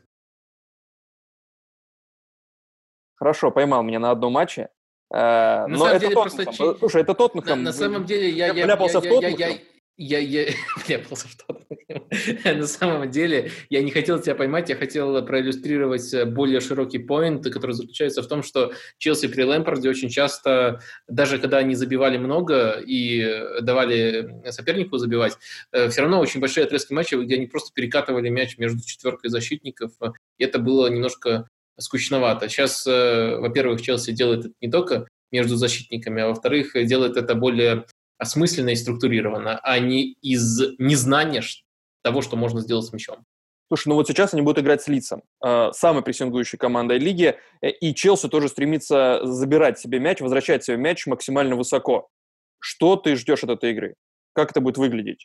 Хорошо, поймал меня на одном матче. На но самом это деле, Тоттенхэм. просто... Слушай, это Тоттенхэм. На, на самом деле, я... Я вляпался в Тоттенхэм. Я, я, я вляпался в Тоттенхэм. На самом деле, я не хотел тебя поймать, я хотел проиллюстрировать более широкий поинт, который заключается в том, что Челси при Лэмпарде очень часто, даже когда они забивали много и давали сопернику забивать, все равно очень большие отрезки матча, где они просто перекатывали мяч между четверкой защитников, и это было немножко скучновато. Сейчас, во-первых, Челси делает это не только между защитниками, а во-вторых, делает это более осмысленно и структурированно, а не из незнания того, что можно сделать с мячом. Слушай, ну вот сейчас они будут играть с Лидсом, самой прессингующей командой лиги, и Челси тоже стремится забирать себе мяч, возвращать себе мяч максимально высоко. Что ты ждешь от этой игры? Как это будет выглядеть?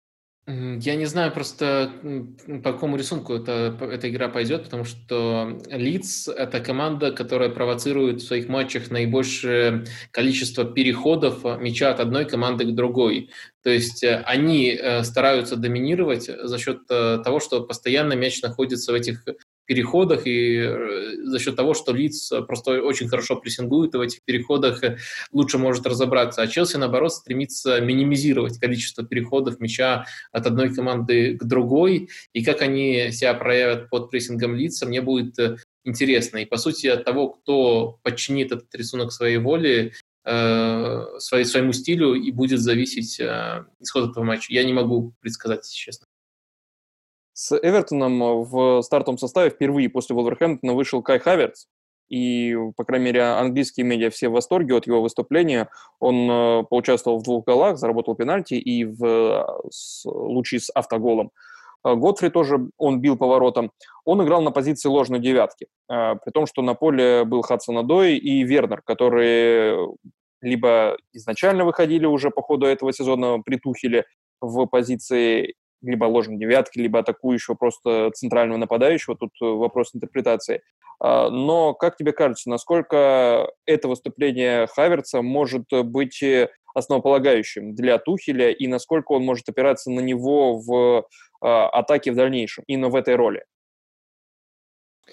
Я не знаю просто, по какому рисунку эта, эта игра пойдет, потому что Лидс – это команда, которая провоцирует в своих матчах наибольшее количество переходов мяча от одной команды к другой. То есть они стараются доминировать за счет того, что постоянно мяч находится в этих переходах, и за счет того, что Лидс просто очень хорошо прессингует, и в этих переходах лучше может разобраться. А Челси, наоборот, стремится минимизировать количество переходов мяча от одной команды к другой. И как они себя проявят под прессингом Лидса, мне будет интересно. И, по сути, от того, кто подчинит этот рисунок своей воле, э, своей, своему стилю, и будет зависеть э, исход этого матча. Я не могу предсказать, честно. С Эвертоном в стартовом составе впервые после Вулверхэмптона вышел Кай Хаверц, и, по крайней мере, английские медиа все в восторге от его выступления. Он э, поучаствовал в двух голах, заработал пенальти и в с, лучи с автоголом. Годфри тоже, он бил по воротам. Он играл на позиции ложной девятки, э, при том, что на поле был Хадсон-Одой и Вернер, которые либо изначально выходили уже по ходу этого сезона при Тухеле в позиции либо ложной девятки, либо атакующего, просто центрального нападающего. Тут вопрос интерпретации. Но, как тебе кажется, насколько это выступление Хаверца может быть основополагающим для Тухеля, и насколько он может опираться на него в атаке в дальнейшем, именно в этой роли?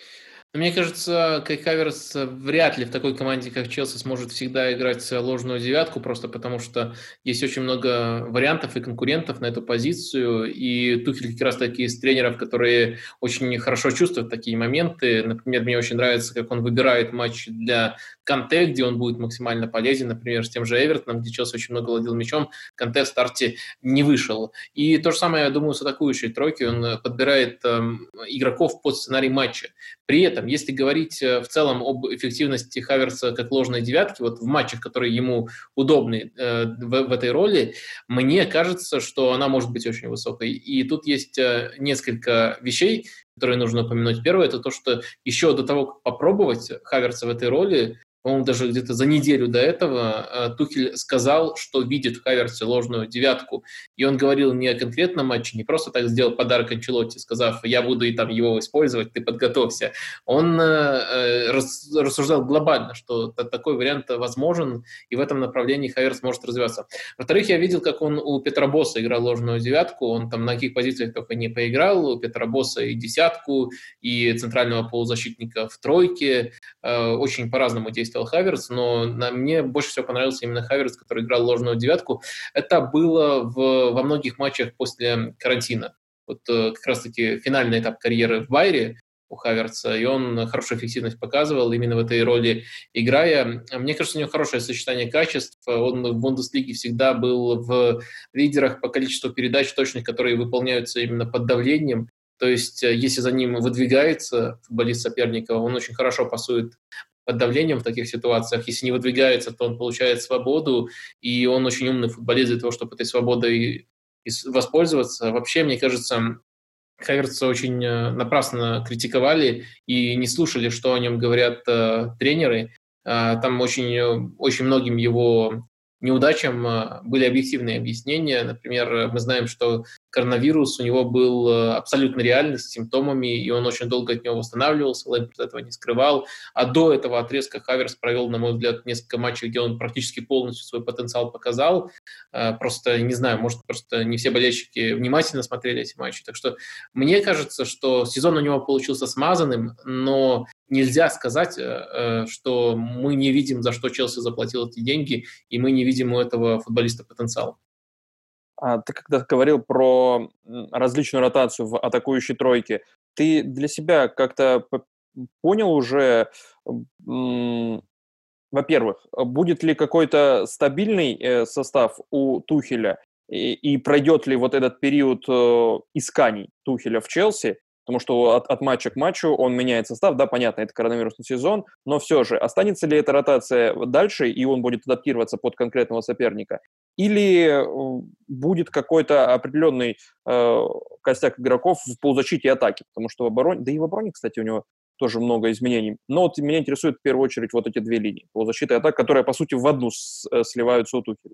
Мне кажется, Кай Хаверс вряд ли в такой команде, как Челси, сможет всегда играть ложную девятку, просто потому что есть очень много вариантов и конкурентов на эту позицию, и Тухель как раз таки из тренеров, которые очень хорошо чувствуют такие моменты. Например, мне очень нравится, как он выбирает матч для Канте, где он будет максимально полезен, например, с тем же Эвертоном, где Челси очень много владел мячом, Канте в старте не вышел. И то же самое, я думаю, с атакующей тройкой, он подбирает э, игроков под сценарий матча. При этом, если говорить в целом об эффективности Хаверса как ложной девятки, вот в матчах, которые ему удобны э, в, в этой роли, мне кажется, что она может быть очень высокой. И тут есть э, несколько вещей, которые нужно упомянуть. Первое – это то, что еще до того, как попробовать Хаверса в этой роли, по-моему, даже где-то за неделю до этого Тухель сказал, что видит в Хаверсе ложную девятку. И он говорил не о конкретном матче, не просто так сделал подарок Анчелотти, сказав, я буду и там его использовать, ты подготовься. Он э, рассуждал глобально, что такой вариант возможен, и в этом направлении Хаверс может развиваться. Во-вторых, я видел, как он у Петра Босса играл ложную девятку, он там на каких позициях только не поиграл, у Петра Босса и десятку, и центрального полузащитника в тройке, э, очень по-разному действовал Хаверс, но на мне больше всего понравился именно Хаверс, который играл ложную девятку. Это было в, во многих матчах после карантина. Вот э, как раз-таки финальный этап карьеры в Байере у Хаверса, и он хорошую эффективность показывал именно в этой роли, играя. Мне кажется, у него хорошее сочетание качеств. Он в Бундеслиге всегда был в лидерах по количеству передач точных, которые выполняются именно под давлением. То есть, если за ним выдвигается футболист соперника, он очень хорошо пасует под давлением в таких ситуациях. Если не выдвигается, то он получает свободу, и он очень умный футболист для того, чтобы этой свободой воспользоваться. Вообще, мне кажется, Хаверса очень напрасно критиковали и не слушали, что о нем говорят э, тренеры. Э, там очень, очень многим его неудачам э, были объективные объяснения. Например, мы знаем, что коронавирус у него был абсолютно реальный, с симптомами, и он очень долго от него восстанавливался, Лэмпард этого не скрывал. А до этого отрезка Хаверс провел, на мой взгляд, несколько матчей, где он практически полностью свой потенциал показал. Просто, не знаю, может, просто не все болельщики внимательно смотрели эти матчи. Так что мне кажется, что сезон у него получился смазанным, но нельзя сказать, что мы не видим, за что Челси заплатил эти деньги, и мы не видим у этого футболиста потенциал. Ты когда говорил про различную ротацию в атакующей тройке, ты для себя как-то понял уже, во-первых, будет ли какой-то стабильный состав у Тухеля и, и пройдет ли вот этот период исканий Тухеля в Челси? Потому что от, от матча к матчу он меняет состав, да, понятно, это коронавирусный сезон, но все же, останется ли эта ротация дальше, и он будет адаптироваться под конкретного соперника, или будет какой-то определенный э, костяк игроков в полузащите и атаке, потому что в обороне, да и в обороне, кстати, у него тоже много изменений, но вот меня интересует в первую очередь вот эти две линии, полузащита и атака, которые, по сути, в одну с, сливаются у Тухеля.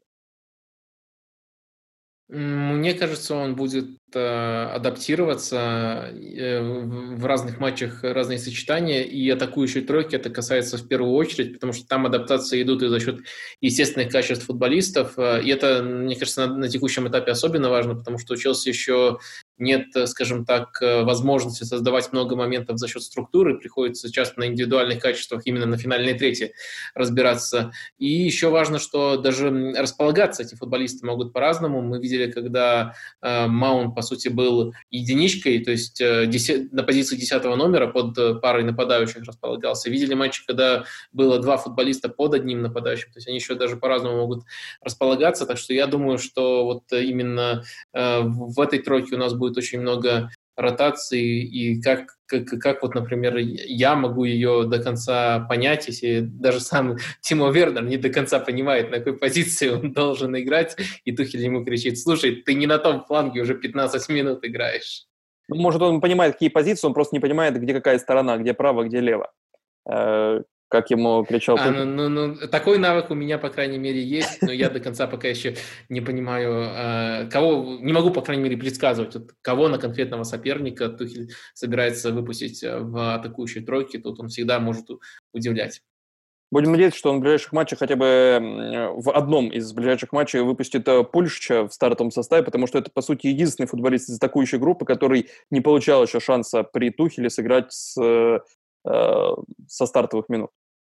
Мне кажется, он будет э, адаптироваться э, в разных матчах, разные сочетания, и атакующей тройки это касается в первую очередь, потому что там адаптации идут и за счет естественных качеств футболистов, и это, мне кажется, на, на текущем этапе особенно важно, потому что у Челси еще нет, скажем так, возможности создавать много моментов за счет структуры, приходится часто на индивидуальных качествах именно на финальной трети разбираться. И еще важно, что даже располагаться эти футболисты могут по-разному. Мы видели, когда э, Маунт, по сути, был единичкой, то есть э, десят, на позиции десятого номера под парой нападающих располагался. Видели матчи, когда было два футболиста под одним нападающим, то есть они еще даже по-разному могут располагаться. Так что я думаю, что вот именно э, в этой тройке у нас будет будет очень много ротаций, и как, как, как вот, например, я могу ее до конца понять, если даже сам Тимо Вернер не до конца понимает, на какой позиции он должен играть, и Тухель ему кричит: слушай, ты не на том фланге уже пятнадцать минут играешь. Может, он понимает, какие позиции, он просто не понимает, где какая сторона, где право, где лево. Как ему кричал. А, ну, ну, ну, такой навык у меня, по крайней мере, есть, но я до конца пока еще не понимаю, э, кого, не могу, по крайней мере, предсказывать, вот, кого на конкретного соперника Тухель собирается выпустить в атакующей тройке, тут он всегда может удивлять. Будем надеяться, что он в ближайших матчах, хотя бы в одном из ближайших матчей, выпустит Пульшича в стартовом составе, потому что это, по сути, единственный футболист из атакующей группы, который не получал еще шанса при Тухеле сыграть с э, со стартовых минут.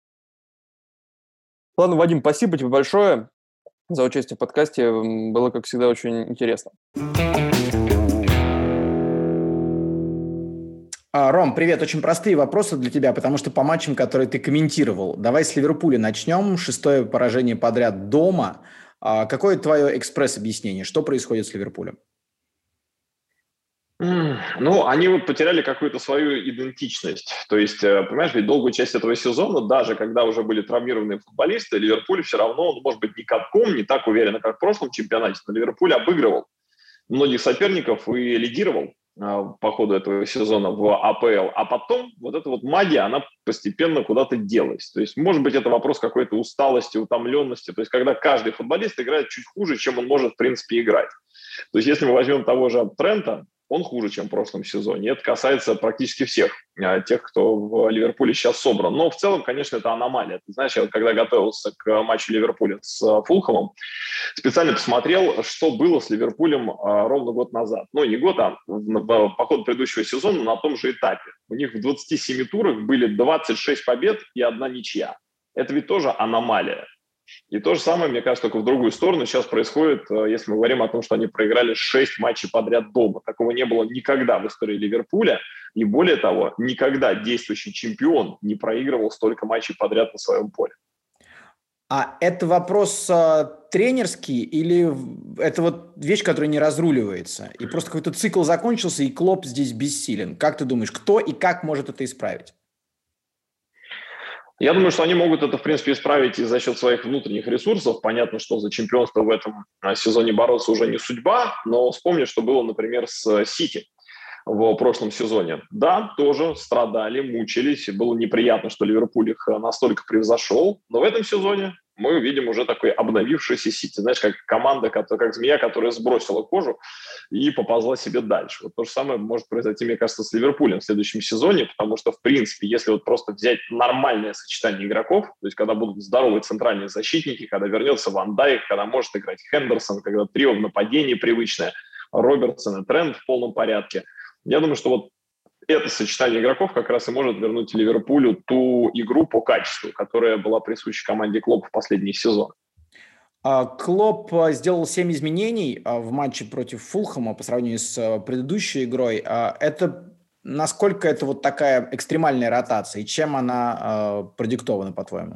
Ладно, Вадим, спасибо тебе большое за участие в подкасте. Было, как всегда, очень интересно. Ром, привет. Очень простые вопросы для тебя, потому что по матчам, которые ты комментировал. Давай с Ливерпуля начнем. Шестое поражение подряд дома. Какое твое экспресс-объяснение? Что происходит с Ливерпулем? Ну, они вот потеряли какую-то свою идентичность. То есть, понимаешь, ведь долгую часть этого сезона, даже когда уже были травмированные футболисты, Ливерпуль все равно, ну, может быть, не катком, не так уверенно, как в прошлом чемпионате, но Ливерпуль обыгрывал многих соперников и лидировал по ходу этого сезона в АПЛ, а потом вот эта вот магия, она постепенно куда-то делась. То есть, может быть, это вопрос какой-то усталости, утомленности, то есть, когда каждый футболист играет чуть хуже, чем он может, в принципе, играть. То есть, если мы возьмем того же Трента, он хуже, чем в прошлом сезоне. Это касается практически всех тех, кто в Ливерпуле сейчас собран. Но в целом, конечно, это аномалия. Ты знаешь, я вот когда готовился к матчу Ливерпуля с Фулхэмом, специально посмотрел, что было с Ливерпулем ровно год назад. Ну, не год, а по ходу предыдущего сезона на том же этапе. У них в двадцати семи турах были двадцать шесть побед и одна ничья. Это ведь тоже аномалия. И то же самое, мне кажется, только в другую сторону сейчас происходит, если мы говорим о том, что они проиграли шесть матчей подряд дома. Такого не было никогда в истории Ливерпуля. И более того, никогда действующий чемпион не проигрывал столько матчей подряд на своем поле. А это вопрос э, тренерский или это вот вещь, которая не разруливается? И просто какой-то цикл закончился, и Клопп здесь бессилен. Как ты думаешь, кто и как может это исправить? Я думаю, что они могут это, в принципе, исправить и за счет своих внутренних ресурсов. Понятно, что за чемпионство в этом сезоне бороться уже не судьба, но вспомни, что было, например, с Сити в прошлом сезоне. Да, тоже страдали, мучились, и было неприятно, что Ливерпуль их настолько превзошел, но в этом сезоне мы увидим уже такой обновившийся Сити. Знаешь, как команда, как, как змея, которая сбросила кожу и поползла себе дальше. Вот то же самое может произойти, мне кажется, с Ливерпулем в следующем сезоне, потому что, в принципе, если вот просто взять нормальное сочетание игроков, то есть когда будут здоровые центральные защитники, когда вернется Ван Дайк, когда может играть Хендерсон, когда трио в нападении привычное, Робертсон и Трент в полном порядке, я думаю, что вот это сочетание игроков как раз и может вернуть Ливерпулю ту игру по качеству, которая была присуща команде Клоппа в последний сезон. Клопп сделал семь изменений в матче против Фулхэма по сравнению с предыдущей игрой. Это насколько это вот такая экстремальная ротация и чем она продиктована, по-твоему?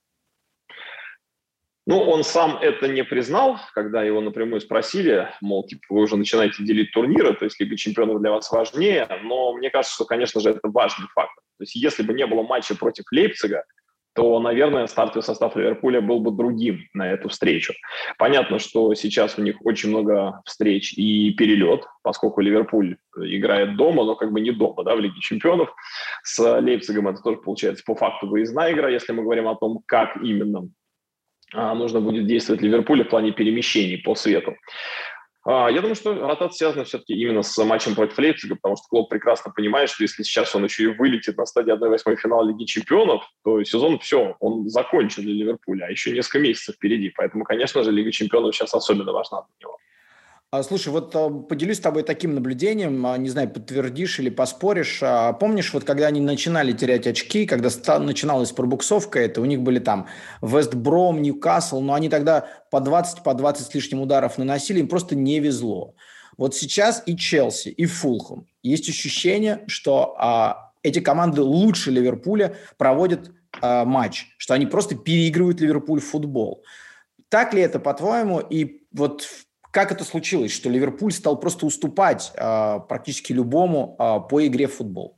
Ну, он сам это не признал, когда его напрямую спросили, мол, типа, вы уже начинаете делить турниры, то есть Лига чемпионов для вас важнее, но мне кажется, что, конечно же, это важный фактор. То есть если бы не было матча против Лейпцига, то, наверное, стартовый состав Ливерпуля был бы другим на эту встречу. Понятно, что сейчас у них очень много встреч и перелет, поскольку Ливерпуль играет дома, но как бы не дома, да, в Лиге чемпионов. С Лейпцигом это тоже получается по факту выездная игра, если мы говорим о том, как именно нужно будет действовать Ливерпулю в плане перемещений по свету. Я думаю, что ротация связана все-таки именно с матчем против Лейпцига, потому что Клопп прекрасно понимает, что если сейчас он еще и вылетит на стадии одна восьмая финала Лиги чемпионов, то сезон все, он закончен для Ливерпуля, а еще несколько месяцев впереди. Поэтому, конечно же, Лига чемпионов сейчас особенно важна для него. Слушай, вот поделюсь с тобой таким наблюдением, не знаю, подтвердишь или поспоришь. Помнишь, вот когда они начинали терять очки, когда начиналась пробуксовка, это у них были там Вест Бром, Ньюкасл, но они тогда по двадцать, по двадцать с лишним ударов наносили, им просто не везло. Вот сейчас и Челси, и Фулхэм. Есть ощущение, что а, эти команды лучше Ливерпуля проводят а, матч, что они просто переигрывают Ливерпуль в футбол. Так ли это, по-твоему? И вот как это случилось, что Ливерпуль стал просто уступать а, практически любому а, по игре в футбол?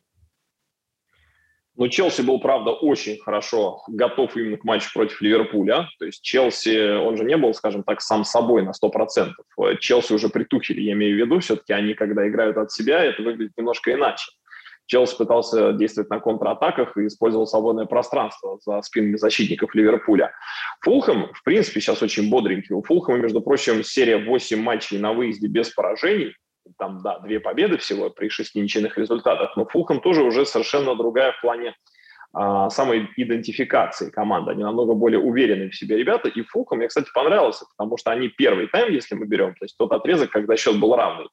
Ну, Челси был, правда, очень хорошо готов именно к матчу против Ливерпуля. То есть Челси, он же не был, скажем так, сам собой на сто процентов. Челси уже при Тухеле, я имею в виду, все-таки они, когда играют от себя, это выглядит немножко иначе. Челси пытался действовать на контратаках и использовал свободное пространство за спинами защитников Ливерпуля. Фулхэм, в принципе, сейчас очень бодренький. У Фулхэма, между прочим, серия восемь матчей на выезде без поражений. Там, да, две победы всего при шести ничейных результатах. Но Фулхэм тоже уже совершенно другая в плане а, самой идентификации команды. Они намного более уверенные в себе ребята. И Фулхэм мне, кстати, понравился, потому что они первый тайм, если мы берем, то есть тот отрезок, когда счет был равный,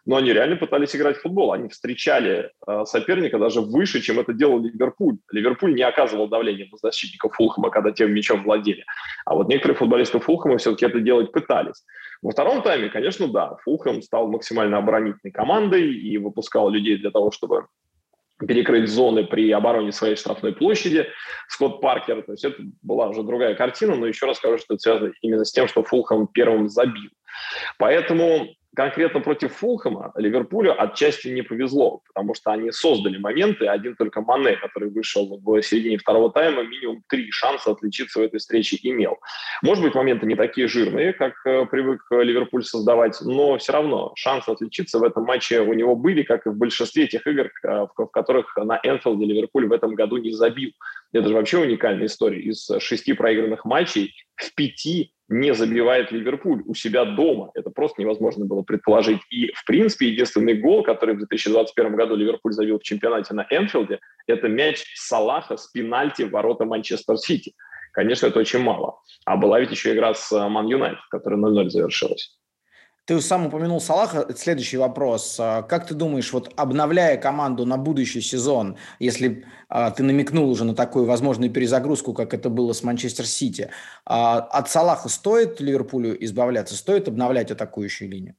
но они реально пытались играть в футбол. Они встречали э, соперника даже выше, чем это делал Ливерпуль. Ливерпуль не оказывал давления на защитников Фулхэма, когда тем мячом владели. А вот некоторые футболисты Фулхэма все-таки это делать пытались. Во втором тайме, конечно, да, Фулхэм стал максимально оборонительной командой и выпускал людей для того, чтобы перекрыть зоны при обороне своей штрафной площади. Скотт Паркер, то есть это была уже другая картина, но еще раз скажу, что это связано именно с тем, что Фулхэм первым забил. Поэтому конкретно против Фулхэма Ливерпулю отчасти не повезло, потому что они создали моменты. Один только Мане, который вышел в середине второго тайма, минимум три шанса отличиться в этой встрече имел. Может быть, моменты не такие жирные, как э, привык Ливерпуль создавать, но все равно шансы отличиться в этом матче у него были, как и в большинстве тех игр, э, в, в которых на Энфилде Ливерпуль в этом году не забил. Это же вообще уникальная история. Из шести проигранных матчей в пяти не забивает Ливерпуль у себя дома. Это просто невозможно было предположить. И, в принципе, единственный гол, который в две тысячи двадцать первом году Ливерпуль забил в чемпионате на Энфилде, это мяч Салаха с пенальти в ворота Манчестер Сити. Конечно, это очень мало. А была ведь еще игра с Ман Юнайтед, которая ноль ноль завершилась. Ты сам упомянул Салаха. Следующий вопрос. Как ты думаешь, вот обновляя команду на будущий сезон, если а, ты намекнул уже на такую возможную перезагрузку, как это было с Манчестер Сити, а, от Салаха стоит Ливерпулю избавляться? Стоит обновлять атакующую линию?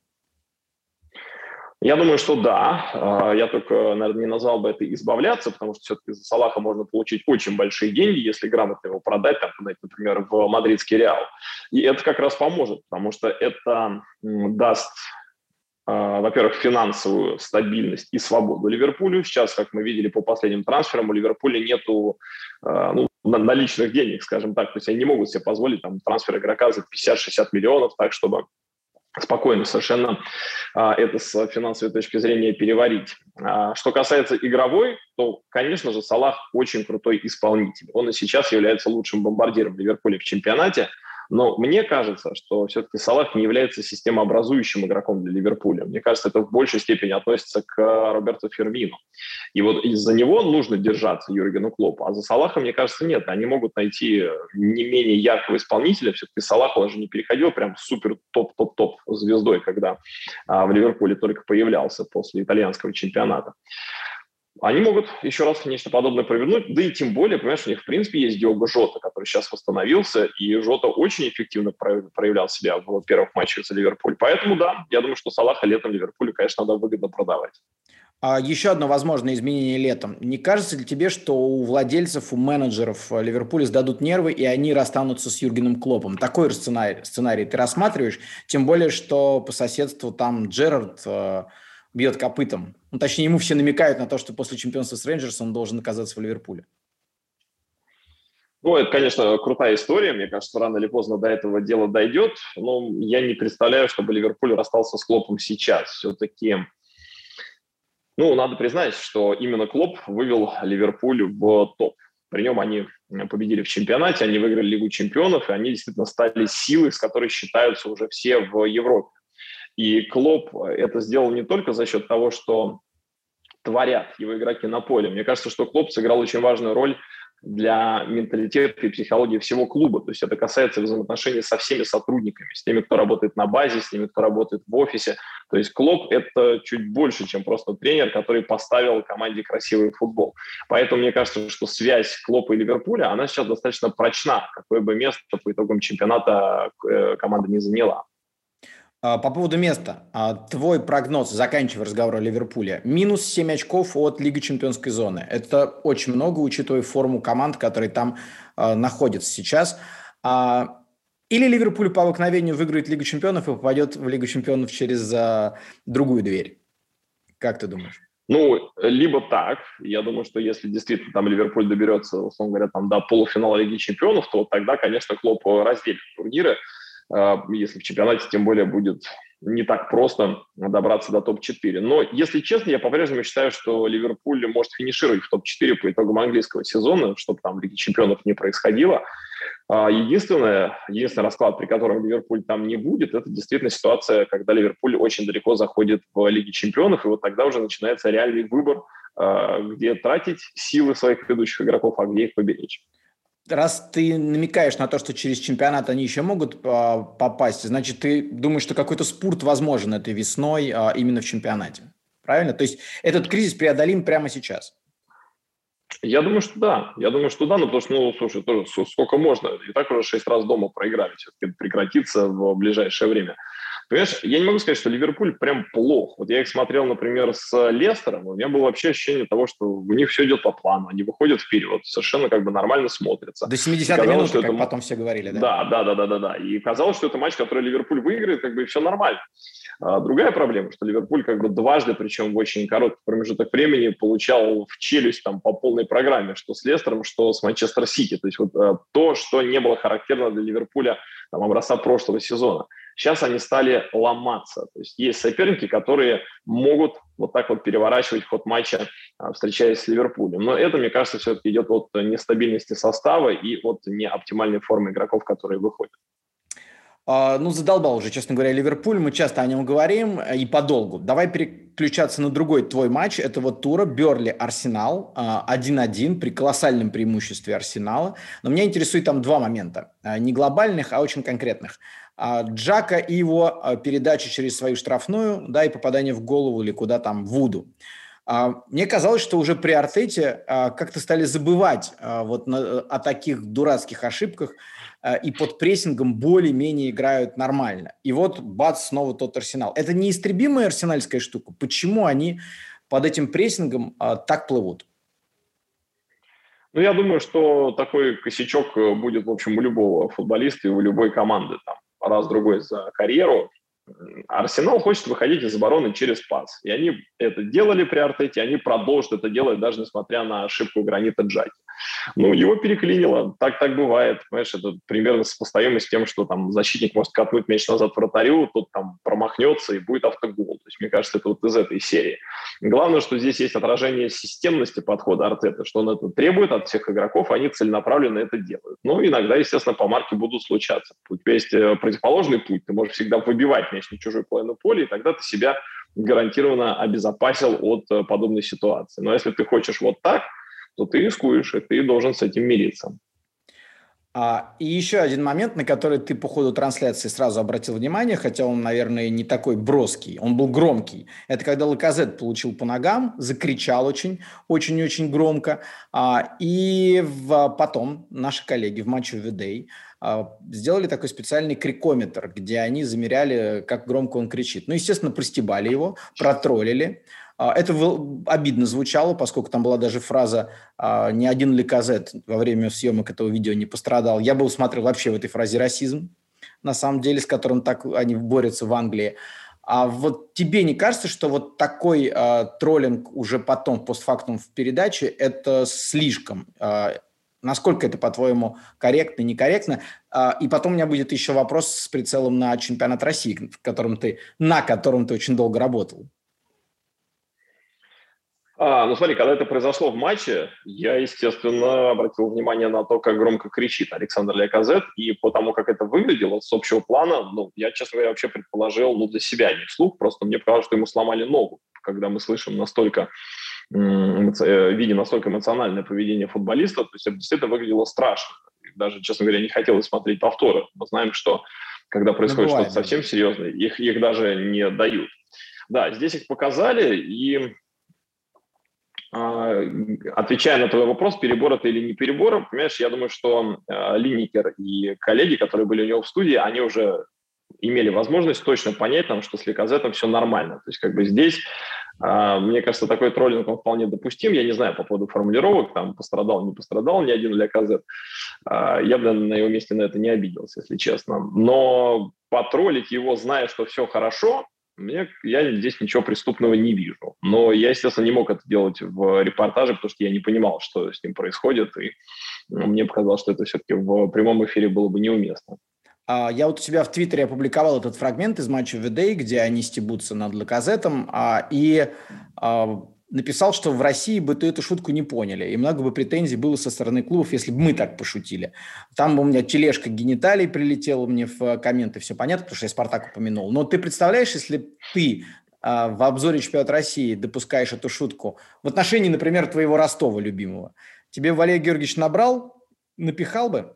Я думаю, что да. Я только, наверное, не назвал бы это избавляться, потому что все-таки за Салаха можно получить очень большие деньги, если грамотно его продать, там, например, в мадридский Реал. И это как раз поможет, потому что это даст, во-первых, финансовую стабильность и свободу Ливерпулю. Сейчас, как мы видели по последним трансферам, у Ливерпуля нету ну, наличных денег, скажем так. То есть они не могут себе позволить там, трансфер игрока за пятьдесят-шестьдесят миллионов, так, чтобы спокойно совершенно а, это с финансовой точки зрения переварить. А, что касается игровой, то, конечно же, Салах очень крутой исполнитель. Он и сейчас является лучшим бомбардиром Ливерпуля в чемпионате. Но мне кажется, что все-таки Салах не является системообразующим игроком для Ливерпуля. Мне кажется, это в большей степени относится к Роберту Фирмину. И вот из-за него нужно держаться Юргену Клоппу. А за Салаха, мне кажется, нет. Они могут найти не менее яркого исполнителя. Все-таки Салах уже не переходил прям супер топ-топ-топ звездой, когда а, в Ливерпуле только появлялся после итальянского чемпионата. Они могут еще раз нечто подобное провернуть, да и тем более, понимаешь, у них в принципе есть Диого Жота, который сейчас восстановился, и Жота очень эффективно проявлял себя в первых матчах за Ливерпуль. Поэтому да, я думаю, что Салаха летом Ливерпулю, конечно, надо выгодно продавать. А еще одно возможное изменение летом. Не кажется ли тебе, что у владельцев, у менеджеров Ливерпуля сдадут нервы, и они расстанутся с Юргеном Клоппом? Такой сценарий, сценарий ты рассматриваешь? Тем более, что по соседству там Джерард э, бьет копытом. Ну, точнее, ему все намекают на то, что после чемпионства с Рейнджерсом он должен оказаться в Ливерпуле. Ну, это, конечно, крутая история. Мне кажется, рано или поздно до этого дела дойдет. Но я не представляю, чтобы Ливерпуль расстался с Клоппом сейчас. Все-таки, ну, надо признать, что именно Клопп вывел Ливерпуль в топ. При нем они победили в чемпионате, они выиграли Лигу чемпионов, и они действительно стали силой, с которой считаются уже все в Европе. И Клопп это сделал не только за счет того, что творят его игроки на поле. Мне кажется, что Клопп сыграл очень важную роль для менталитета и психологии всего клуба. То есть это касается взаимоотношений со всеми сотрудниками, с теми, кто работает на базе, с теми, кто работает в офисе. То есть Клопп – это чуть больше, чем просто тренер, который поставил команде красивый футбол. Поэтому мне кажется, что связь Клоппа и Ливерпуля, она сейчас достаточно прочна, какое бы место по итогам чемпионата команда не заняла. По поводу места. Твой прогноз, заканчивая разговор о Ливерпуле. Минус семь очков от Лиги Чемпионской зоны. Это очень много, учитывая форму команд, которые там э, находятся сейчас. А, или Ливерпуль по обыкновению выиграет Лигу Чемпионов и попадет в Лигу Чемпионов через э, другую дверь. Как ты думаешь? Ну, либо так. Я думаю, что если действительно там Ливерпуль доберется, условно говоря, там, до полуфинала Лиги Чемпионов, то тогда, конечно, Клопп разделит турниры. Если в чемпионате, тем более, будет не так просто добраться до топ четыре. Но, если честно, я по-прежнему считаю, что Ливерпуль может финишировать в топ четыре по итогам английского сезона, чтобы там Лиги Чемпионов не происходило. Единственное, единственный расклад, при котором Ливерпуль там не будет, это действительно ситуация, когда Ливерпуль очень далеко заходит в Лиге Чемпионов, и вот тогда уже начинается реальный выбор, где тратить силы своих ведущих игроков, а где их поберечь. раз ты намекаешь на то, что через чемпионат они еще могут а, попасть, значит, ты думаешь, что какой-то спурт возможен этой весной а, именно в чемпионате. Правильно? То есть этот кризис преодолим прямо сейчас. Я думаю, что да. Я думаю, что да, но потому что, ну, слушай, тоже сколько можно? И так уже шесть раз дома проиграли. Все-таки это прекратится в ближайшее время. Понимаешь, я не могу сказать, что Ливерпуль прям плох. Вот я их смотрел, например, с Лестером, у меня было вообще ощущение того, что у них все идет по плану, они выходят вперед, совершенно как бы нормально смотрятся. До семидесятой минуты, как это... потом все говорили, да? Да, да, да, да, да, да. И казалось, что это матч, который Ливерпуль выиграет, как бы и все нормально. А другая проблема, что Ливерпуль как бы дважды, причем в очень короткий промежуток времени, получал в челюсть там по полной программе, что с Лестером, что с Манчестер Сити. То есть вот а, то, что не было характерно для Ливерпуля там, образца прошлого сезона. Сейчас они стали ломаться. То есть есть соперники, которые могут вот так вот переворачивать ход матча, встречаясь с Ливерпулем. Но это, мне кажется, все-таки идет от нестабильности состава и от неоптимальной формы игроков, которые выходят. Uh, ну, задолбал уже, честно говоря, Ливерпуль. Мы часто о нем говорим и подолгу. Давай переключаться на другой твой матч этого тура. Бернли-Арсенал. один-один при колоссальном преимуществе Арсенала. Но меня интересует там два момента. Не глобальных, а очень конкретных. Джака и его передача через свою штрафную, да, и попадание в голову или куда там, в Вуду. Мне казалось, что уже при Артете как-то стали забывать вот о таких дурацких ошибках и под прессингом более-менее играют нормально. И вот бац, снова тот Арсенал. Это неистребимая арсенальская штука. Почему они под этим прессингом так плывут? Ну, я думаю, что такой косячок будет, в общем, у любого футболиста и у любой команды. Там, раз-другой за карьеру. Арсенал хочет выходить из обороны через пас. И они это делали при Артете, они продолжат это делать, даже несмотря на ошибку Гранита Джаки. Ну, его переклинило. Так так бывает. Понимаешь, это примерно сопоставимо с тем, что там защитник может катнуть мяч назад вратарю, тот там промахнется и будет автогол. То есть, мне кажется, это вот из этой серии. Главное, что здесь есть отражение системности подхода Артета, что он это требует от всех игроков, они целенаправленно это делают. Ну, иногда, естественно, помарки будут случаться. У тебя есть противоположный путь, ты можешь всегда выбивать мяч на чужую половину поля, и тогда ты себя гарантированно обезопасил от подобной ситуации. Но если ты хочешь вот так, то ты рискуешь, и ты должен с этим мириться. А, и еще один момент, на который ты по ходу трансляции сразу обратил внимание, хотя он, наверное, не такой броский, он был громкий. Это когда Лаказет получил по ногам, закричал очень, очень-очень громко. А, и в, потом наши коллеги в матче в Day а, сделали такой специальный крикометр, где они замеряли, как громко он кричит. Ну, естественно, простебали его, протроллили. Это обидно звучало, поскольку там была даже фраза «ни один Лаказет во время съемок этого видео не пострадал». Я бы усмотрел вообще в этой фразе расизм, на самом деле, с которым так они борются в Англии. А вот тебе не кажется, что вот такой э, троллинг уже потом, постфактум в передаче, это слишком? Э, насколько это, по-твоему, корректно, некорректно? Э, и потом у меня будет еще вопрос с прицелом на чемпионат России, в котором ты, на котором ты очень долго работал. А, ну смотри, когда это произошло в матче, я, естественно, обратил внимание на то, как громко кричит Александр Лаказет, и по тому, как это выглядело с общего плана, ну, я, честно говоря, вообще предположил, ну, для себя, не вслух, просто мне показалось, что ему сломали ногу, когда мы слышим настолько, эмоци... видим настолько эмоциональное поведение футболиста, то есть это действительно выглядело страшно. Даже, честно говоря, не хотелось смотреть повторы. Мы знаем, что когда происходит что-то совсем серьезное, их, их даже не дают. Да, здесь их показали, и... Отвечая на твой вопрос, перебор это или не перебор, понимаешь, я думаю, что э, Линникер и коллеги, которые были у него в студии, они уже имели возможность точно понять, там, что с Лаказетом все нормально. То есть как бы здесь, э, мне кажется, такой троллинг он вполне допустим. Я не знаю по поводу формулировок, там пострадал, не пострадал ни один Лаказет. Э, я бы на его месте на это не обиделся, если честно. Но потроллить его, зная, что все хорошо, Мне, я здесь ничего преступного не вижу. Но я, естественно, не мог это делать в репортаже, потому что я не понимал, что с ним происходит. И ну, мне показалось, что это все-таки в прямом эфире было бы неуместно. Я вот у себя в Твиттере опубликовал этот фрагмент из матча в Day, где они стебутся над Лаказетом, и написал, что в России бы ты эту шутку не поняли, и много бы претензий было со стороны клубов, если бы мы так пошутили. Там у меня тележка гениталий прилетела мне в комменты, все понятно, потому что я Спартак упомянул. Но ты представляешь, если ты а, в обзоре чемпионата России допускаешь эту шутку в отношении, например, твоего Ростова любимого, тебе Валерий Георгиевич набрал напихал бы?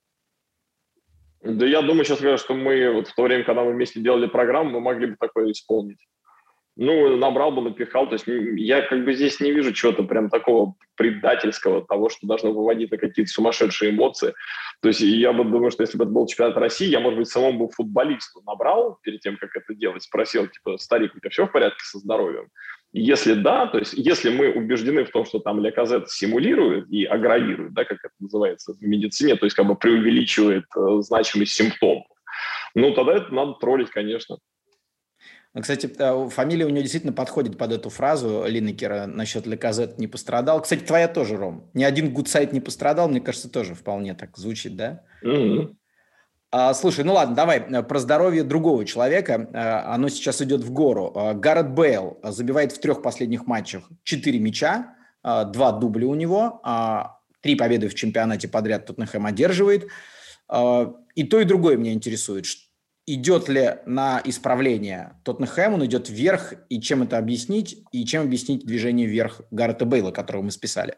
Да я думаю, сейчас скажу, что мы вот в то время, когда мы вместе делали программу, мы могли бы такое исполнить. Ну, набрал бы, напихал. То есть я как бы здесь не вижу чего-то прям такого предательского, того, что должно выводить на какие-то сумасшедшие эмоции. То есть я бы думаю, что если бы это был чемпионат России, я, может быть, самому бы футболисту набрал перед тем, как это делать, спросил, типа, старик, у тебя все в порядке со здоровьем? И если да, то есть если мы убеждены в том, что там Ляказет симулирует и агравирует, да, как это называется в медицине, то есть как бы преувеличивает э, значимость симптомов, ну, тогда это надо троллить, конечно. Ну, кстати, фамилия у него действительно подходит под эту фразу Линнекера насчет Ляказет не пострадал. Кстати, твоя тоже, Ром. Ни один гудсайт не пострадал, мне кажется, тоже вполне так звучит, да? Mm-hmm. А, слушай, ну ладно, давай про здоровье другого человека. А, оно сейчас идет в гору. А, Гаррет Бейл забивает в трех последних матчах четыре мяча, а, два дубля у него, а, три победы в чемпионате подряд Тоттенхэм одерживает. А, и то, и другое меня интересует. Идет ли на исправление Тоттенхэм, он идет вверх, и чем это объяснить, и чем объяснить движение вверх Гаррета Бейла, которого мы списали?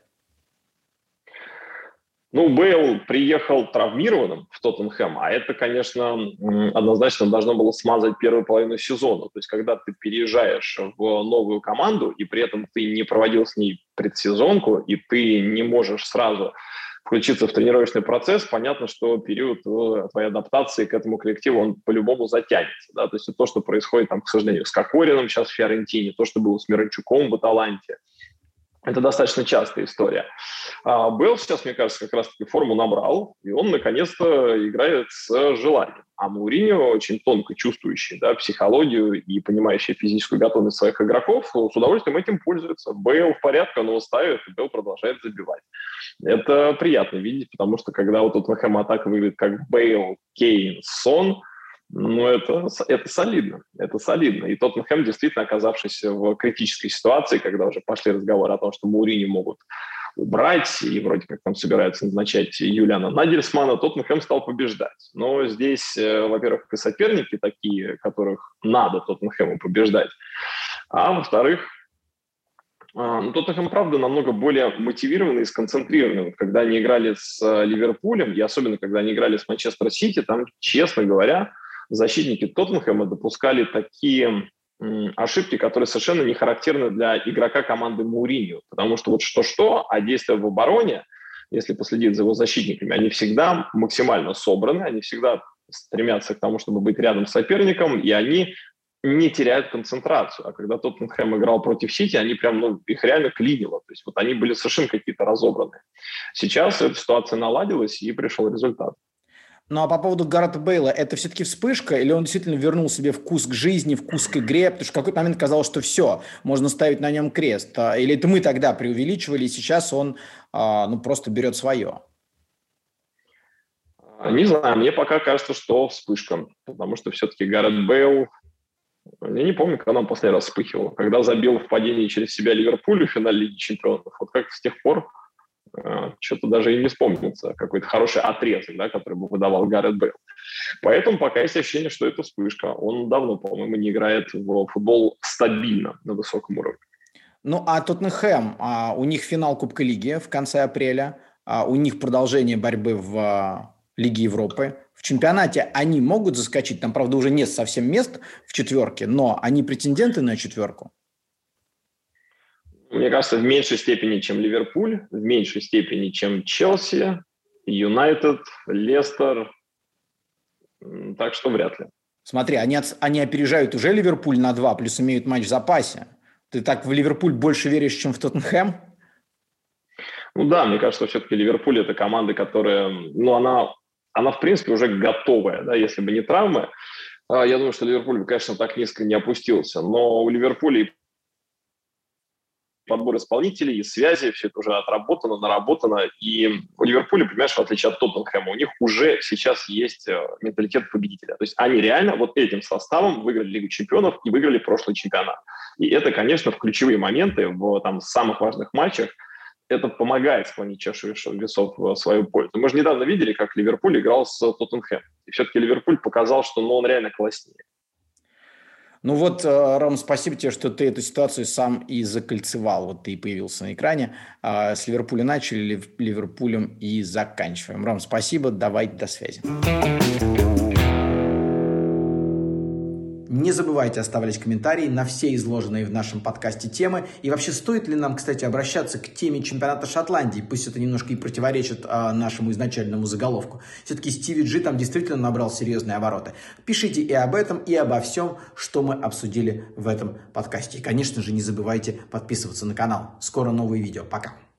Ну, Бейл приехал травмированным в Тоттенхэм, а это, конечно, однозначно должно было смазать первую половину сезона. То есть, когда ты переезжаешь в новую команду, и при этом ты не проводил с ней предсезонку, и ты не можешь сразу включиться в тренировочный процесс, понятно, что период твоей адаптации к этому коллективу, он по-любому затянется. Да? То есть то, что происходит, там, к сожалению, с Кокорином сейчас в Фиорентине, то, что было с Миранчуком в Аталанте, это достаточно частая история. А Бейл сейчас, мне кажется, как раз-таки форму набрал, и он наконец-то играет с желанием. А Мауриньо, очень тонко чувствующий, да, психологию и понимающий физическую готовность своих игроков, с удовольствием этим пользуется. Бейл в порядке, он его ставит, и Бейл продолжает забивать. Это приятно видеть, потому что когда вот Тоттенхэм атака выглядит как Бейл, Кейн, Сон, ну, это, это солидно, это солидно. И Тоттенхэм, действительно оказавшись в критической ситуации, когда уже пошли разговоры о том, что Мауриньо могут убрать, и вроде как там собираются назначать Юлиана Нагельсмана, Тоттенхэм стал побеждать. Но здесь, во-первых, и соперники такие, которых надо Тоттенхэму побеждать, а во-вторых, ну, Тоттенхэм, правда, намного более мотивированный и сконцентрированный. Когда они играли с Ливерпулем, и особенно когда они играли с Манчестер Сити, там, честно говоря, защитники Тоттенхэма допускали такие м, ошибки, которые совершенно не характерны для игрока команды Мауриньо. Потому что вот что-что, а действия в обороне, если последить за его защитниками, они всегда максимально собраны, они всегда стремятся к тому, чтобы быть рядом с соперником, и они не теряют концентрацию. А когда Тоттенхэм играл против Сити, они прям, ну, их реально клинило. То есть вот они были совершенно какие-то разобранные. Сейчас эта ситуация наладилась, и пришел результат. Ну, а по поводу Гаррета Бейла, это все-таки вспышка, или он действительно вернул себе вкус к жизни, вкус к игре? Потому что в какой-то момент казалось, что все, можно ставить на нем крест. Или это мы тогда преувеличивали, и сейчас он ну, просто берет свое? Не знаю, мне пока кажется, что вспышка. Потому что все-таки Гаррет Бейл, я не помню, когда он последний раз вспыхивал. Когда забил в падении через себя Ливерпулю в финале Лиги Чемпионов. Вот как с тех пор что-то даже и не вспомнится, какой-то хороший отрезок, да, который бы выдавал Гаррет Бейл. Поэтому пока есть ощущение, что это вспышка. Он давно, по-моему, не играет в футбол стабильно на высоком уровне. Ну, а Тоттенхэм, а, у них финал Кубка Лиги в конце апреля, а, у них продолжение борьбы в а, Лиге Европы. В чемпионате они могут заскочить, там, правда, уже нет совсем мест в четверке, но они претенденты на четверку. Мне кажется, в меньшей степени, чем Ливерпуль, в меньшей степени, чем Челси, Юнайтед, Лестер. Так что вряд ли. Смотри, они, от, они опережают уже Ливерпуль на два, плюс имеют матч в запасе. Ты так в Ливерпуль больше веришь, чем в Тоттенхэм? Ну да, мне кажется, что все-таки Ливерпуль – это команда, которая, ну, она, она в принципе уже готовая, да, если бы не травмы. Я думаю, что Ливерпуль, конечно, так низко не опустился, но у Ливерпуля подбор исполнителей и связи, все это уже отработано, наработано. И у Ливерпуля, понимаешь, в отличие от Тоттенхэма, у них уже сейчас есть менталитет победителя. То есть они реально вот этим составом выиграли Лигу чемпионов и выиграли прошлый чемпионат. И это, конечно, в ключевые моменты, в там, самых важных матчах, это помогает склонить чашу весов в свою пользу. Мы же недавно видели, как Ливерпуль играл с Тоттенхэмом. И все-таки Ливерпуль показал, что ну, он реально класснее. Ну вот, э, Ром, спасибо тебе, что ты эту ситуацию сам и закольцевал. Вот ты и появился на экране. А, С Ливерпуля начали, Лив- Ливерпулем и заканчиваем. Ром, спасибо, давай, до связи. Не забывайте оставлять комментарии на все изложенные в нашем подкасте темы. И вообще, стоит ли нам, кстати, обращаться к теме чемпионата Шотландии? Пусть это немножко и противоречит а, нашему изначальному заголовку. Все-таки Стиви Джи там действительно набрал серьезные обороты. Пишите и об этом, и обо всем, что мы обсудили в этом подкасте. И, конечно же, не забывайте подписываться на канал. Скоро новые видео. Пока.